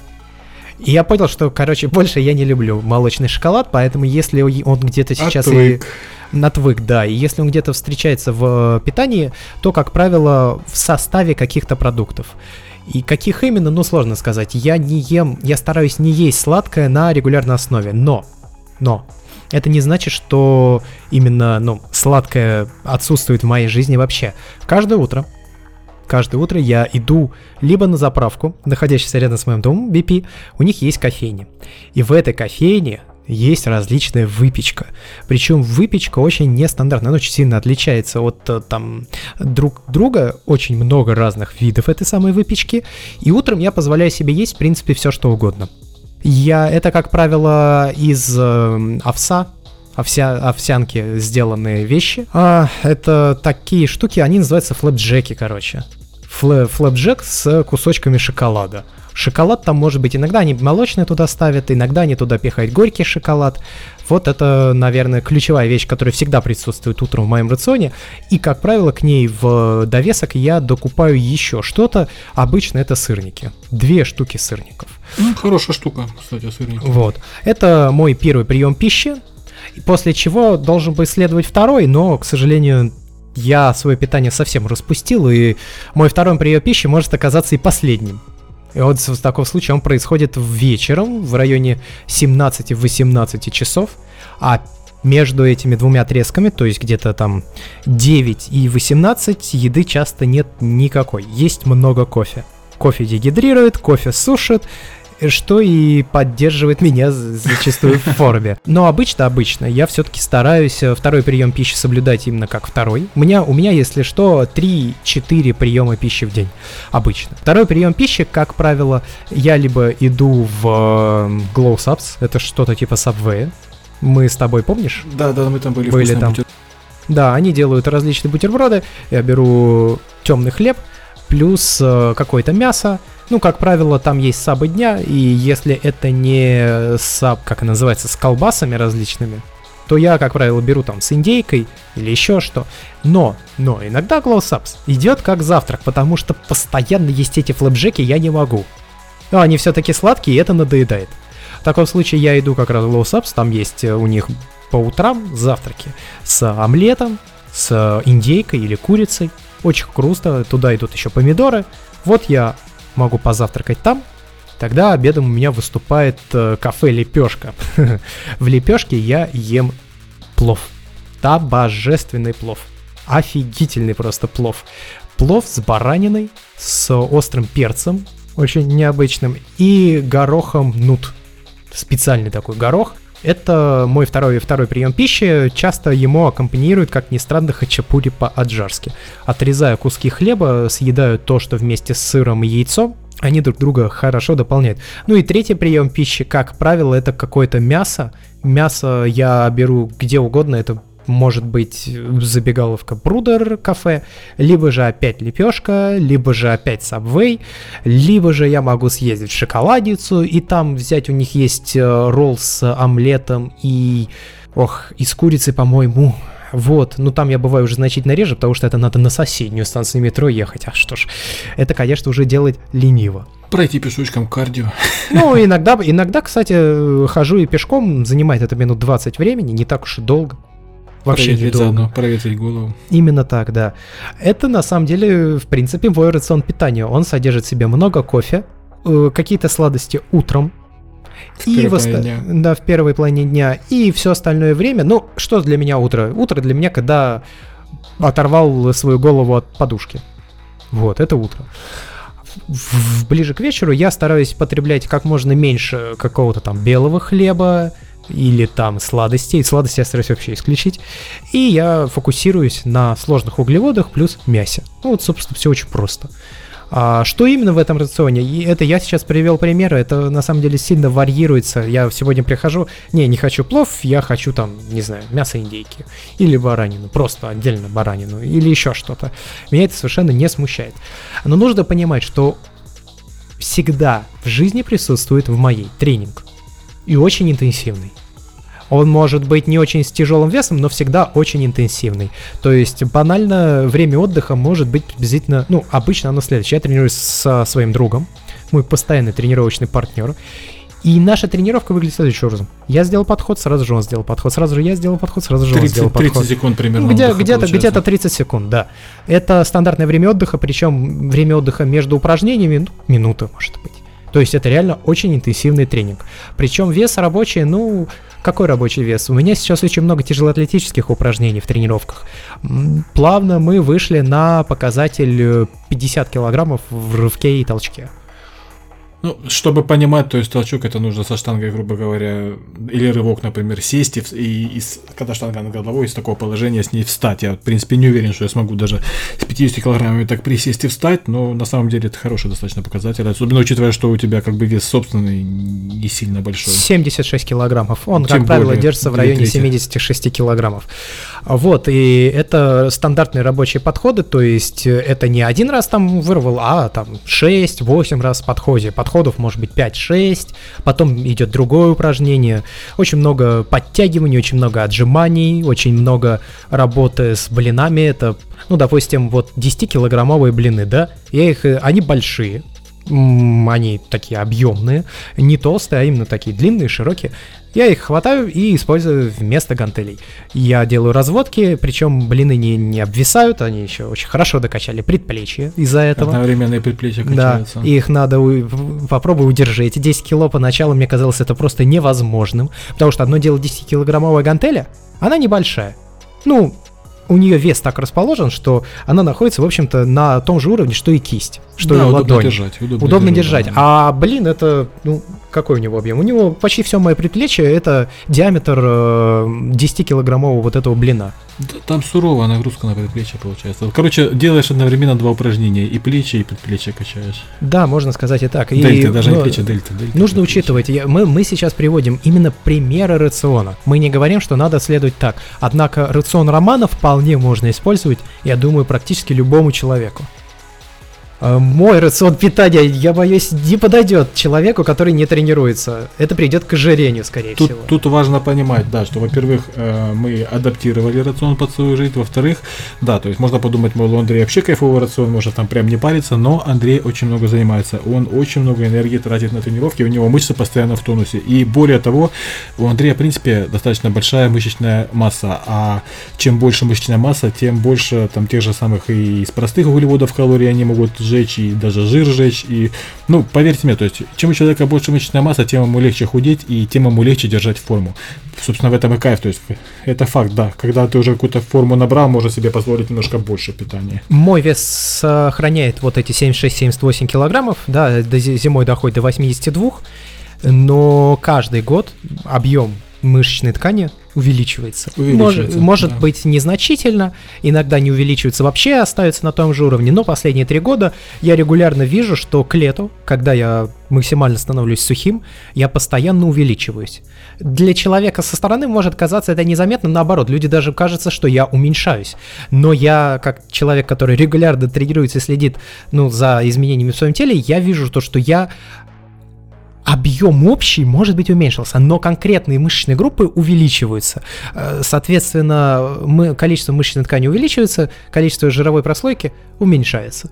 И я понял, что, короче, больше я не люблю молочный шоколад, поэтому если он где-то сейчас... Отвык. И... Отвык, да. И если он где-то встречается в питании, то, как правило, в составе каких-то продуктов. И каких именно, ну, сложно сказать. Я не ем, я стараюсь не есть сладкое на регулярной основе, но, но, это не значит, что именно, ну, сладкое отсутствует в моей жизни вообще. Каждое утро, каждое утро я иду либо на заправку, находящуюся рядом с моим домом, би пи, у них есть кофейня. И в этой кофейне есть различная выпечка. Причем выпечка очень нестандартная, она очень сильно отличается от там друг друга, очень много разных видов этой самой выпечки. И утром я позволяю себе есть, в принципе, все что угодно. Я, это, как правило, из э, овса, овся, овсянки сделанные вещи. А, это такие штуки, они называются флэпджеки, короче. Флэ, флэпджек с кусочками шоколада. Шоколад там может быть, иногда они молочный туда ставят, иногда они туда пихают горький шоколад. Вот это, наверное, ключевая вещь, которая всегда присутствует утром в моем рационе. И, как правило, к ней в довесок я докупаю еще что-то. Обычно это сырники. Две штуки сырников. Ну, хорошая штука, кстати, сырники. Вот. Это мой первый прием пищи. После чего должен быть следовать второй, но, к сожалению, я свое питание совсем распустил, и мой второй прием пищи может оказаться и последним. И вот в таком случае он происходит вечером в районе семнадцать-восемнадцать часов, а между этими двумя отрезками, то есть где-то там девять и восемнадцать, еды часто нет никакой. Есть много кофе. Кофе дегидрирует, кофе сушит, что и поддерживает меня зачастую в форме. Но обычно-обычно я все-таки стараюсь второй прием пищи соблюдать именно как второй. У меня, у меня если что, три-четыре приема пищи в день. Обычно. Второй прием пищи, как правило, я либо иду в Glow Subs, это что-то типа Subway. Мы с тобой, помнишь? Да, да, мы там были, были там. Бутер... Да, они делают различные бутерброды. Я беру темный хлеб, плюс э, какое-то мясо. Ну, как правило, там есть сабы дня, и если это не саб, как она называется, с колбасами различными, то я, как правило, беру там с индейкой или еще что. Но, но иногда Glow Subs идет как завтрак, потому что постоянно есть эти флэпджеки, я не могу. Но они все-таки сладкие, и это надоедает. В таком случае я иду как раз в Glow Subs, там есть у них по утрам завтраки с омлетом, с индейкой или курицей. Очень вкусно, туда идут еще помидоры. Вот я могу позавтракать там, тогда обедом у меня выступает э, кафе «Лепешка». В «Лепешке» я ем плов. Да, божественный плов. Офигительный просто плов. Плов с бараниной, с острым перцем, очень необычным, и горохом нут. Специальный такой горох. Это мой второй, второй прием пищи. Часто ему аккомпанирует, как ни странно, хачапури по-аджарски. Отрезаю куски хлеба, съедаю то, что вместе с сыром и яйцом. Они друг друга хорошо дополняют. Ну и третий прием пищи, как правило, это какое-то мясо. Мясо я беру где угодно. Это может быть забегаловка Брудер кафе, либо же опять лепешка, либо же опять Subway, либо же я могу съездить в шоколадницу и там взять, у них есть ролл с омлетом и, ох, и с курицей, по-моему. Вот, ну там я бываю уже значительно реже, потому что это надо на соседнюю станцию метро ехать, а что ж, это, конечно, уже делать лениво. Пройти пешочком кардио. Ну, иногда, иногда, кстати, хожу и пешком, занимает это минут двадцать времени, не так уж и долго. Вообще проветрить заодно, проветрить голову. Именно так, да. Это на самом деле, в принципе, мой рацион питания. Он содержит в себе много кофе, э, какие-то сладости утром. В и первой в, половине дня. Да, в первой половине дня. И все остальное время. Ну, что для меня утро? Утро для меня, когда оторвал свою голову от подушки. Вот, это утро. В, ближе к вечеру я стараюсь потреблять как можно меньше какого-то там белого хлеба, или там сладостей. Сладости я стараюсь вообще исключить. И я фокусируюсь на сложных углеводах плюс мясе. Ну вот, собственно, все очень просто. А что именно в этом рационе? И это я сейчас привел примеры. Это на самом деле сильно варьируется. Я сегодня прихожу, не, не хочу плов, я хочу там, не знаю, мясо индейки. Или баранину, просто отдельно баранину. Или еще что-то. Меня это совершенно не смущает. Но нужно понимать, что всегда в жизни присутствует в моей тренинг. И очень интенсивный. Он может быть не очень с тяжелым весом, но всегда очень интенсивный. То есть банально время отдыха может быть приблизительно, ну, обычно оно следующее. Я тренируюсь со своим другом, мой постоянный тренировочный партнер. И наша тренировка выглядит следующим образом. Я сделал подход, сразу же он сделал подход, сразу же я сделал подход, сразу же он тридцать, сделал подход. тридцать секунд примерно. Где, где-то, где-то тридцать секунд, да. Это стандартное время отдыха, причем время отдыха между упражнениями, ну, минута, может быть. То есть это реально очень интенсивный тренинг. Причем вес рабочий, ну, какой рабочий вес? У меня сейчас очень много тяжелоатлетических упражнений в тренировках. Плавно мы вышли на показатель пятьдесят килограммов в рывке и толчке. Ну, чтобы понимать, то есть толчок это нужно со штангой, грубо говоря, или рывок, например, сесть и, и, и когда штанга над головой, из такого положения с ней встать. Я, в принципе, не уверен, что я смогу даже с пятьюдесятью килограммами так присесть и встать, но на самом деле это хороший достаточно показатель, особенно учитывая, что у тебя как бы вес собственный не сильно большой. семьдесят шесть килограммов. Он, Тем как правило, более, держится в районе семьдесят шесть килограммов. Вот, и это стандартные рабочие подходы, то есть это не один раз там вырвал, а там шесть-восемь раз в подходе. Подходов может быть пять-шесть, потом идет другое упражнение. Очень много подтягиваний, очень много отжиманий, очень много работы с блинами. Это, ну, допустим, вот десятикилограммовые блины, да, я их, они большие. м, они такие объемные, не толстые, а именно такие длинные, широкие. Я их хватаю и использую вместо гантелей. Я делаю разводки, причем блины не, не обвисают, они еще очень хорошо докачали предплечья из-за этого. Одновременные предплечья качаются. Да, их надо у... попробуй удержать. Эти десять кило поначалу мне казалось это просто невозможным, потому что одно дело десятикилограммовая гантеля, она небольшая. Ну, у нее вес так расположен, что она находится, в общем-то, на том же уровне, что и кисть, что да, и удобно ладонь. Держать, удобно, удобно держать. держать. А, блин, это, ну, какой у него объем? У него почти все мое предплечье, это диаметр э, десятикилограммового вот этого блина. Да, там суровая нагрузка на предплечье получается. Короче, делаешь одновременно два упражнения, и плечи, и предплечье качаешь. Да, можно сказать и так. И, дельта, даже ну, не плечи, дельта, дельта. Нужно учитывать, я, мы, мы сейчас приводим именно примеры рациона. Мы не говорим, что надо следовать так. Однако рацион Романа вполне можно использовать, я думаю, практически любому человеку. Мой рацион питания, я боюсь, не подойдет человеку, который не тренируется. Это приведет к ожирению, скорее тут, всего. Тут важно понимать, да, что, во-первых, мы адаптировали рацион под свою жизнь, во-вторых, да, то есть можно подумать, мол, у Андрея вообще кайфовый рацион, может там прям не париться, но Андрей очень много занимается, он очень много энергии тратит на тренировки, у него мышцы постоянно в тонусе, и более того, у Андрея, в принципе, достаточно большая мышечная масса, а чем больше мышечная масса, тем больше там тех же самых и из простых углеводов калорий они могут жечь, и даже жир жечь, и, ну, поверьте мне, то есть, чем у человека больше мышечная масса, тем ему легче худеть, и тем ему легче держать форму. Собственно, в этом и кайф, то есть, это факт, да, когда ты уже какую-то форму набрал, можно себе позволить немножко больше питания. Мой вес сохраняет вот эти семьдесят шесть - семьдесят восемь килограммов, да, до зимой доходит до восемьдесят два, но каждый год объем мышечной ткани увеличивается. увеличивается может да. быть незначительно, иногда не увеличивается вообще, остается на том же уровне, но последние три года я регулярно вижу, что к лету, когда я максимально становлюсь сухим, я постоянно увеличиваюсь. Для человека со стороны может казаться это незаметным, наоборот, люди даже кажется, что я уменьшаюсь, но я, как человек, который регулярно тренируется и следит, ну, за изменениями в своем теле, я вижу то, что я объем общий, может быть, уменьшился, но конкретные мышечные группы увеличиваются. Соответственно, мы, количество мышечной ткани увеличивается, количество жировой прослойки уменьшается.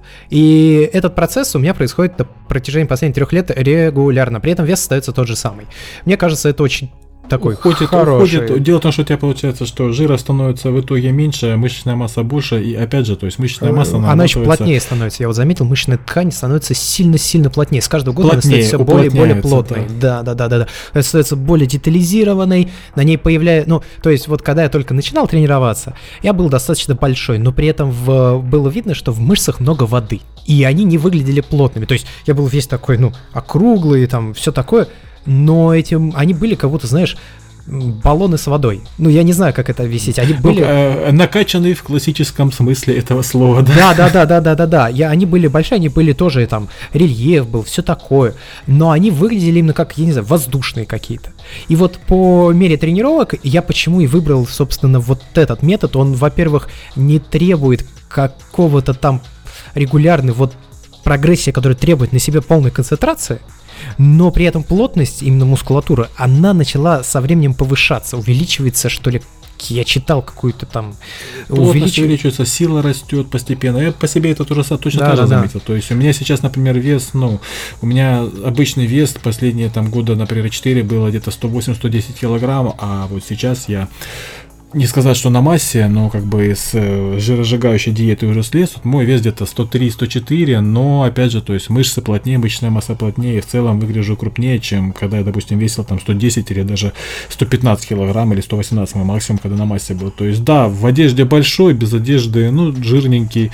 И этот процесс у меня происходит на протяжении последних трех лет регулярно. При этом вес остается тот же самый. Мне кажется, это очень такой уходит, хороший. Уходит. Дело в том, что у тебя получается, что жира становится в итоге меньше, а мышечная масса больше, и опять же, то есть мышечная масса она еще плотнее становится. Я вот заметил, мышечная ткань становится сильно-сильно плотнее. С каждого года плотнее, она становится все более и более плотной. Да, да, да, да, да. Она становится более детализированной, на ней появляется. Ну, то есть, вот когда я только начинал тренироваться, я был достаточно большой, но при этом в, было видно, что в мышцах много воды. И они не выглядели плотными. То есть я был весь такой, ну, округлый, там, все такое. Но этим они были как будто, знаешь, баллоны с водой. Ну, я не знаю, как это объяснить. Они были... Ну, э, накачанные в классическом смысле этого слова, да? Да, да, да, да, да, да. Я, они были большие, они были тоже там, рельеф был, все такое. Но они выглядели именно как, я не знаю, воздушные какие-то. И вот по мере тренировок я почему и выбрал, собственно, вот этот метод. Он, во-первых, не требует какого-то там регулярной вот прогрессии, которая требует на себе полной концентрации. Но при этом плотность, именно мускулатура, она начала со временем повышаться, увеличивается, что ли. Я читал какую-то там... Плотность увелич... увеличивается, сила растет постепенно. Я по себе это тоже точно да, так же да, заметил. Да. То есть у меня сейчас, например, вес, ну, у меня обычный вес последние там года, например, четыре было где-то сто восемь - сто десять килограмм, а вот сейчас я... Не сказать, что на массе, но как бы с жиросжигающей диеты уже слез. Мой вес где-то сто три - сто четыре, но опять же, то есть мышцы плотнее, мышечная масса плотнее, и в целом выгляжу крупнее, чем когда я, допустим, весил там сто десять или даже сто пятнадцать килограмм или сто восемнадцать мой максимум, когда на массе был. То есть да, в одежде большой, без одежды, ну, жирненький,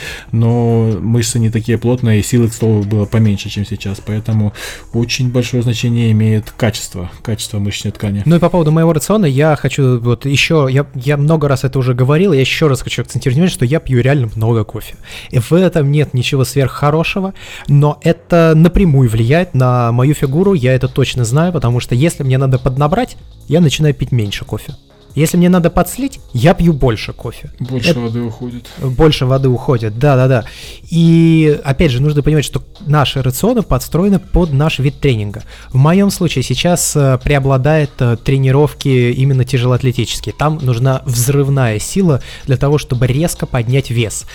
но мышцы не такие плотные, и силы, к слову, было поменьше, чем сейчас, поэтому очень большое значение имеет качество, качество мышечной ткани. Ну и по поводу моего рациона я хочу вот еще, я Я много раз это уже говорил, я еще раз хочу акцентировать внимание, что я пью реально много кофе. И в этом нет ничего сверххорошего, но это напрямую влияет на мою фигуру, я это точно знаю, потому что если мне надо поднабрать, я начинаю пить меньше кофе. Если мне надо подслить, я пью больше кофе. Больше Это... воды уходит. Больше воды уходит, да-да-да. И, опять же, нужно понимать, что наши рационы подстроены под наш вид тренинга. В моем случае сейчас преобладает тренировки именно тяжелоатлетические. Там нужна взрывная сила для того, чтобы резко поднять вес.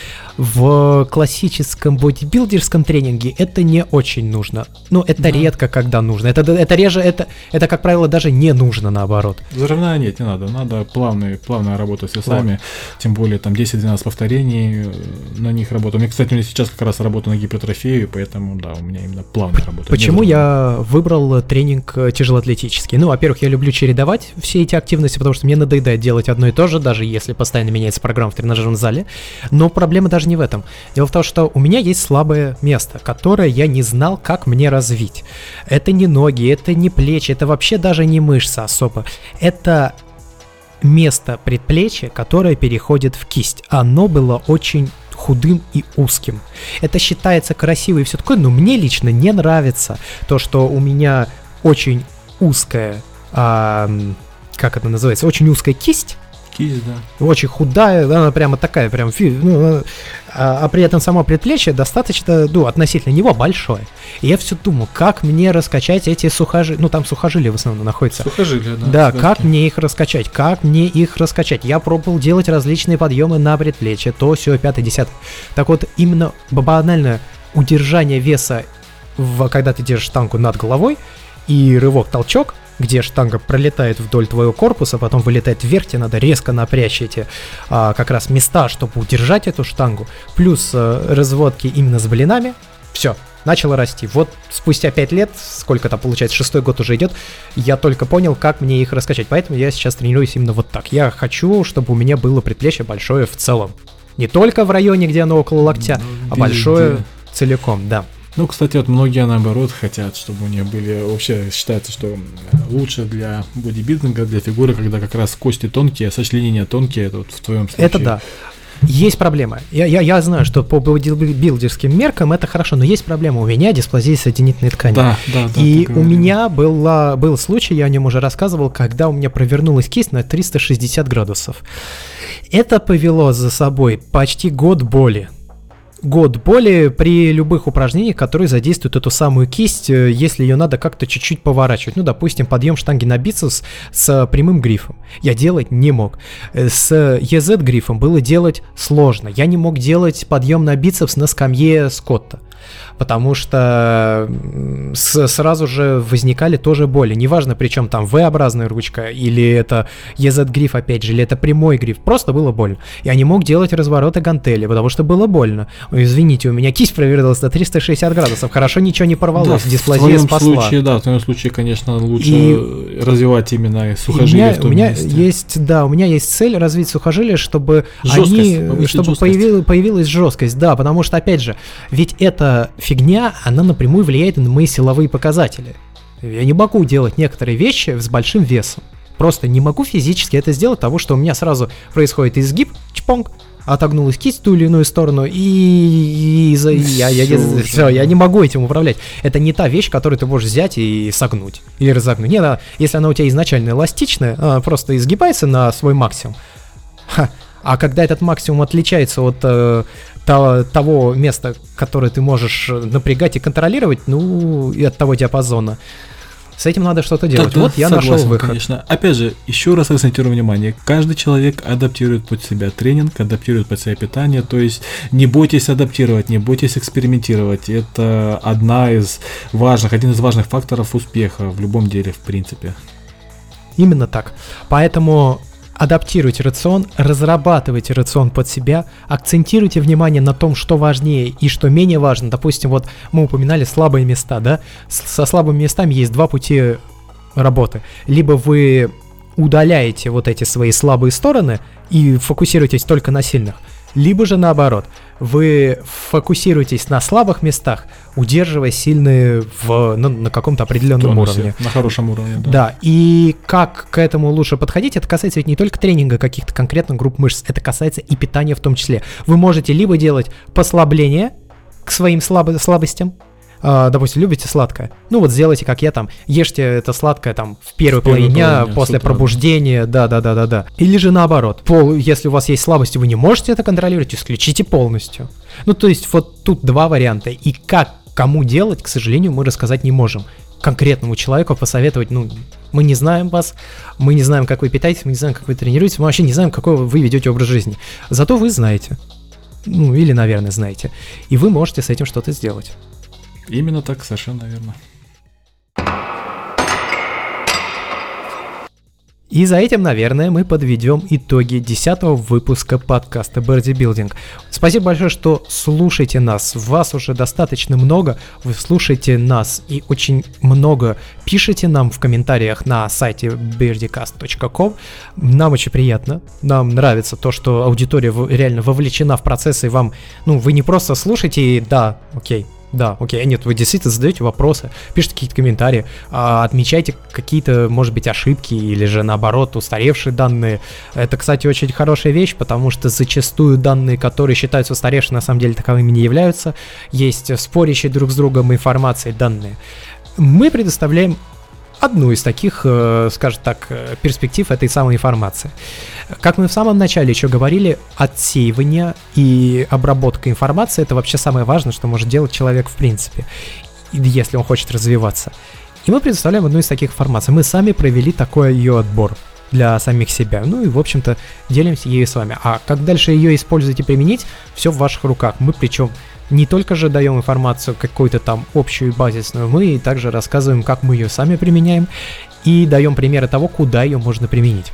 В классическом бодибилдерском тренинге это не очень нужно. Ну, это да. редко, когда нужно. Это, это реже, это, это, как правило, даже не нужно, наоборот. Взрывная нет, не надо. Надо плавный, плавная работа с весами. Вот. Тем более там десять-двенадцать повторений на них работаю. У меня, кстати, у меня сейчас как раз работа на гипертрофию, поэтому, да, у меня именно плавная работа. Почему я выбрал тренинг тяжелоатлетический? Ну, во-первых, я люблю чередовать все эти активности, потому что мне надоедает делать одно и то же, даже если постоянно меняется программа в тренажерном зале. Но проблема даже не в этом. Дело в том, что у меня есть слабое место, которое я не знал, как мне развить. Это не ноги, это не плечи, это вообще даже не мышца особо. Это место предплечья, которое переходит в кисть. Оно было очень худым и узким. Это считается красиво и все такое, но мне лично не нравится то, что у меня очень узкая, а, как это называется, очень узкая кисть. Кисть, да. Очень худая, она прямо такая, прям, ну, а, а при этом само предплечье достаточно, ну, относительно него большое. И я все думал, как мне раскачать эти сухожилия, ну, там сухожилия в основном находятся. Сухожилия, да. Да, связки. Как мне их раскачать, как мне их раскачать. Я пробовал делать различные подъемы на предплечье, то, сё, пятое, десятое. Так вот, именно банальное удержание веса, в, когда ты держишь штангу над головой, и рывок-толчок, где штанга пролетает вдоль твоего корпуса, потом вылетает вверх, тебе надо резко напрячь эти а, как раз места, чтобы удержать эту штангу, плюс а, разводки именно с блинами, все, начало расти. Вот спустя пять лет, сколько там получается, шестой год уже идет, я только понял, как мне их раскачать, поэтому я сейчас тренируюсь именно вот так. Я хочу, чтобы у меня было предплечье большое в целом. Не только в районе, где оно около локтя, ну, а большое целиком, да. Ну, кстати, вот многие, наоборот, хотят, чтобы у них были... Вообще считается, что лучше для бодибилдинга, для фигуры, когда как раз кости тонкие, сочленения тонкие, это вот в твоем случае. Это да. Есть проблема. Я, я, я знаю, что по бодибилдерским меркам это хорошо, но есть проблема. У меня дисплазия соединительной ткани. Да, да, да. И у меня была, был случай, я о нем уже рассказывал, когда у меня провернулась кисть на триста шестьдесят градусов. Это повело за собой почти год боли. Год боли при любых упражнениях, которые задействуют эту самую кисть, если ее надо как-то чуть-чуть поворачивать. Ну, допустим, подъем штанги на бицепс с прямым грифом. Я делать не мог. С и зет грифом было делать сложно. Я не мог делать подъем на бицепс на скамье Скотта, потому что с, сразу же возникали тоже боли. Неважно, причем там V-образная ручка, или это и зет гриф, опять же, или это прямой гриф. Просто было больно. Я не мог делать развороты гантели, потому что было больно. Извините, у меня кисть проверилась на триста шестьдесят градусов. Хорошо, ничего не порвалось. Да, дисплазия спасла. В твоем случае, да, в твоем случае, конечно, лучше и развивать именно сухожилия в том у меня месте. Есть, да, у меня есть цель развить сухожилия, чтобы жесткость, они, чтобы появилась, появилась жесткость, да, потому что, опять же, ведь эта фигня, она напрямую влияет на мои силовые показатели. Я не могу делать некоторые вещи с большим весом. Просто не могу физически это сделать, потому что у меня сразу происходит изгиб, чпонг, отогнулась кисть в ту или иную сторону, и, и, и я, я, я, все, я не могу этим управлять. Это не та вещь, которую ты можешь взять и согнуть или разогнуть. Нет, а если она у тебя изначально эластичная, она просто изгибается на свой максимум. Ха. А когда этот максимум отличается от э, того, того места, которое ты можешь напрягать и контролировать, ну, и от того диапазона, с этим надо что-то делать. Да, вот да, я согласен, нашел выход. Конечно. Опять же, еще раз акцентирую внимание, каждый человек адаптирует под себя тренинг, адаптирует под себя питание, то есть не бойтесь адаптировать, не бойтесь экспериментировать. Это одна из важных, один из важных факторов успеха в любом деле, в принципе. Именно так. Поэтому адаптируйте рацион, разрабатывайте рацион под себя, акцентируйте внимание на том, что важнее и что менее важно. Допустим, вот мы упоминали слабые места, да? Со слабыми местами есть два пути работы. Либо вы удаляете вот эти свои слабые стороны и фокусируетесь только на сильных, либо же наоборот, вы фокусируетесь на слабых местах, удерживая сильные в, на, на каком-то определенном тонусе, уровне. На хорошем уровне, да. Да, и как к этому лучше подходить, это касается ведь не только тренинга каких-то конкретных групп мышц, это касается и питания в том числе. Вы можете либо делать послабление к своим слабо- слабостям, А, допустим, любите сладкое. Ну вот сделайте, как я там, ешьте это сладкое там в первой половине дня, после пробуждения, да-да-да-да-да. Или же наоборот, пол, если у вас есть слабости, вы не можете это контролировать, исключите полностью. Ну то есть вот тут два варианта. И как, кому делать, к сожалению, мы рассказать не можем. Конкретному человеку посоветовать, ну, мы не знаем вас, мы не знаем, как вы питаетесь, мы не знаем, как вы тренируетесь, мы вообще не знаем, какой вы ведете образ жизни. Зато вы знаете. Ну, или, наверное, знаете. И вы можете с этим что-то сделать. Именно так, совершенно верно. И за этим, наверное, мы подведем итоги десятого выпуска подкаста Birdie Building. Спасибо большое, что слушаете нас. Вас уже достаточно много. Вы слушаете нас и очень много пишите нам в комментариях на сайте birdicast точка ком. Нам очень приятно. Нам нравится то, что аудитория реально вовлечена в процесс, и вам, ну, вы не просто слушаете и да, окей. Да, окей, нет, вы действительно задаете вопросы, пишите какие-то комментарии, а, отмечайте какие-то, может быть, ошибки или же, наоборот, устаревшие данные. Это, кстати, очень хорошая вещь, потому что зачастую данные, которые считаются устаревшими, на самом деле таковыми не являются. Есть спорящие друг с другом информации данные. Мы предоставляем одну из таких, скажем так, перспектив этой самой информации. Как мы в самом начале еще говорили, отсеивание и обработка информации — это вообще самое важное, что может делать человек в принципе, если он хочет развиваться. И мы предоставляем одну из таких информаций. Мы сами провели такой ее отбор для самих себя. Ну и, в общем-то, делимся ею с вами. А как дальше ее использовать и применить, все в ваших руках. Мы причем не только же даем информацию какую-то там общую и базисную, мы также рассказываем, как мы ее сами применяем, и даем примеры того, куда ее можно применить.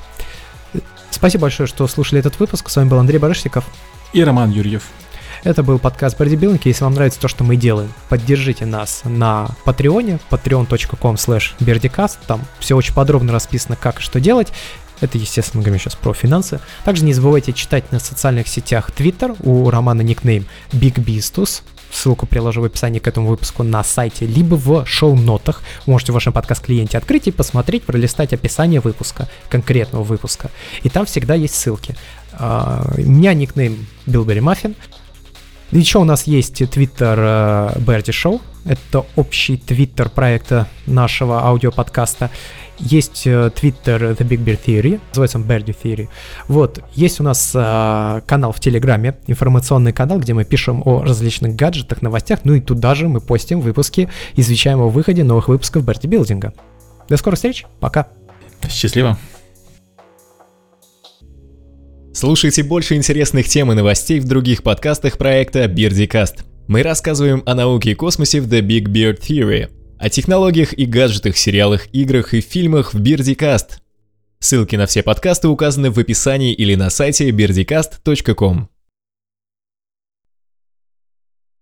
Спасибо большое, что слушали этот выпуск. С вами был Андрей Барышников и Роман Юрьев. Это был подкаст Birdie Building. Если вам нравится то, что мы делаем, поддержите нас на Патреоне, patreon точка ком слэш birdicast. Там все очень подробно расписано, как и что делать. Это, естественно, мы говорим сейчас про финансы. Также не забывайте читать на социальных сетях Twitter. У Романа никнейм BigBistus. Ссылку приложу в описании к этому выпуску на сайте, либо в шоу-нотах. Можете в вашем подкаст-клиенте открыть и посмотреть, пролистать описание выпуска, конкретного выпуска. И там всегда есть ссылки. Uh, у меня никнейм Билбери Маффин. Еще у нас есть твиттер uh, Birdie Show. Это общий твиттер проекта нашего аудиоподкаста. Есть твиттер uh, The Big Bear Theory, называется он Birdie Theory. Вот, есть у нас uh, канал в Телеграме, информационный канал, где мы пишем о различных гаджетах, новостях, ну и туда же мы постим выпуски, извещаем о выходе новых выпусков Birdie Building. До скорых встреч, пока! Счастливо! Слушайте больше интересных тем и новостей в других подкастах проекта BirdieCast. Мы рассказываем о науке и космосе в The Big Bear Theory, о технологиях и гаджетах, сериалах, играх и фильмах в BirdieCast. Ссылки на все подкасты указаны в описании или на сайте birdicast точка ком.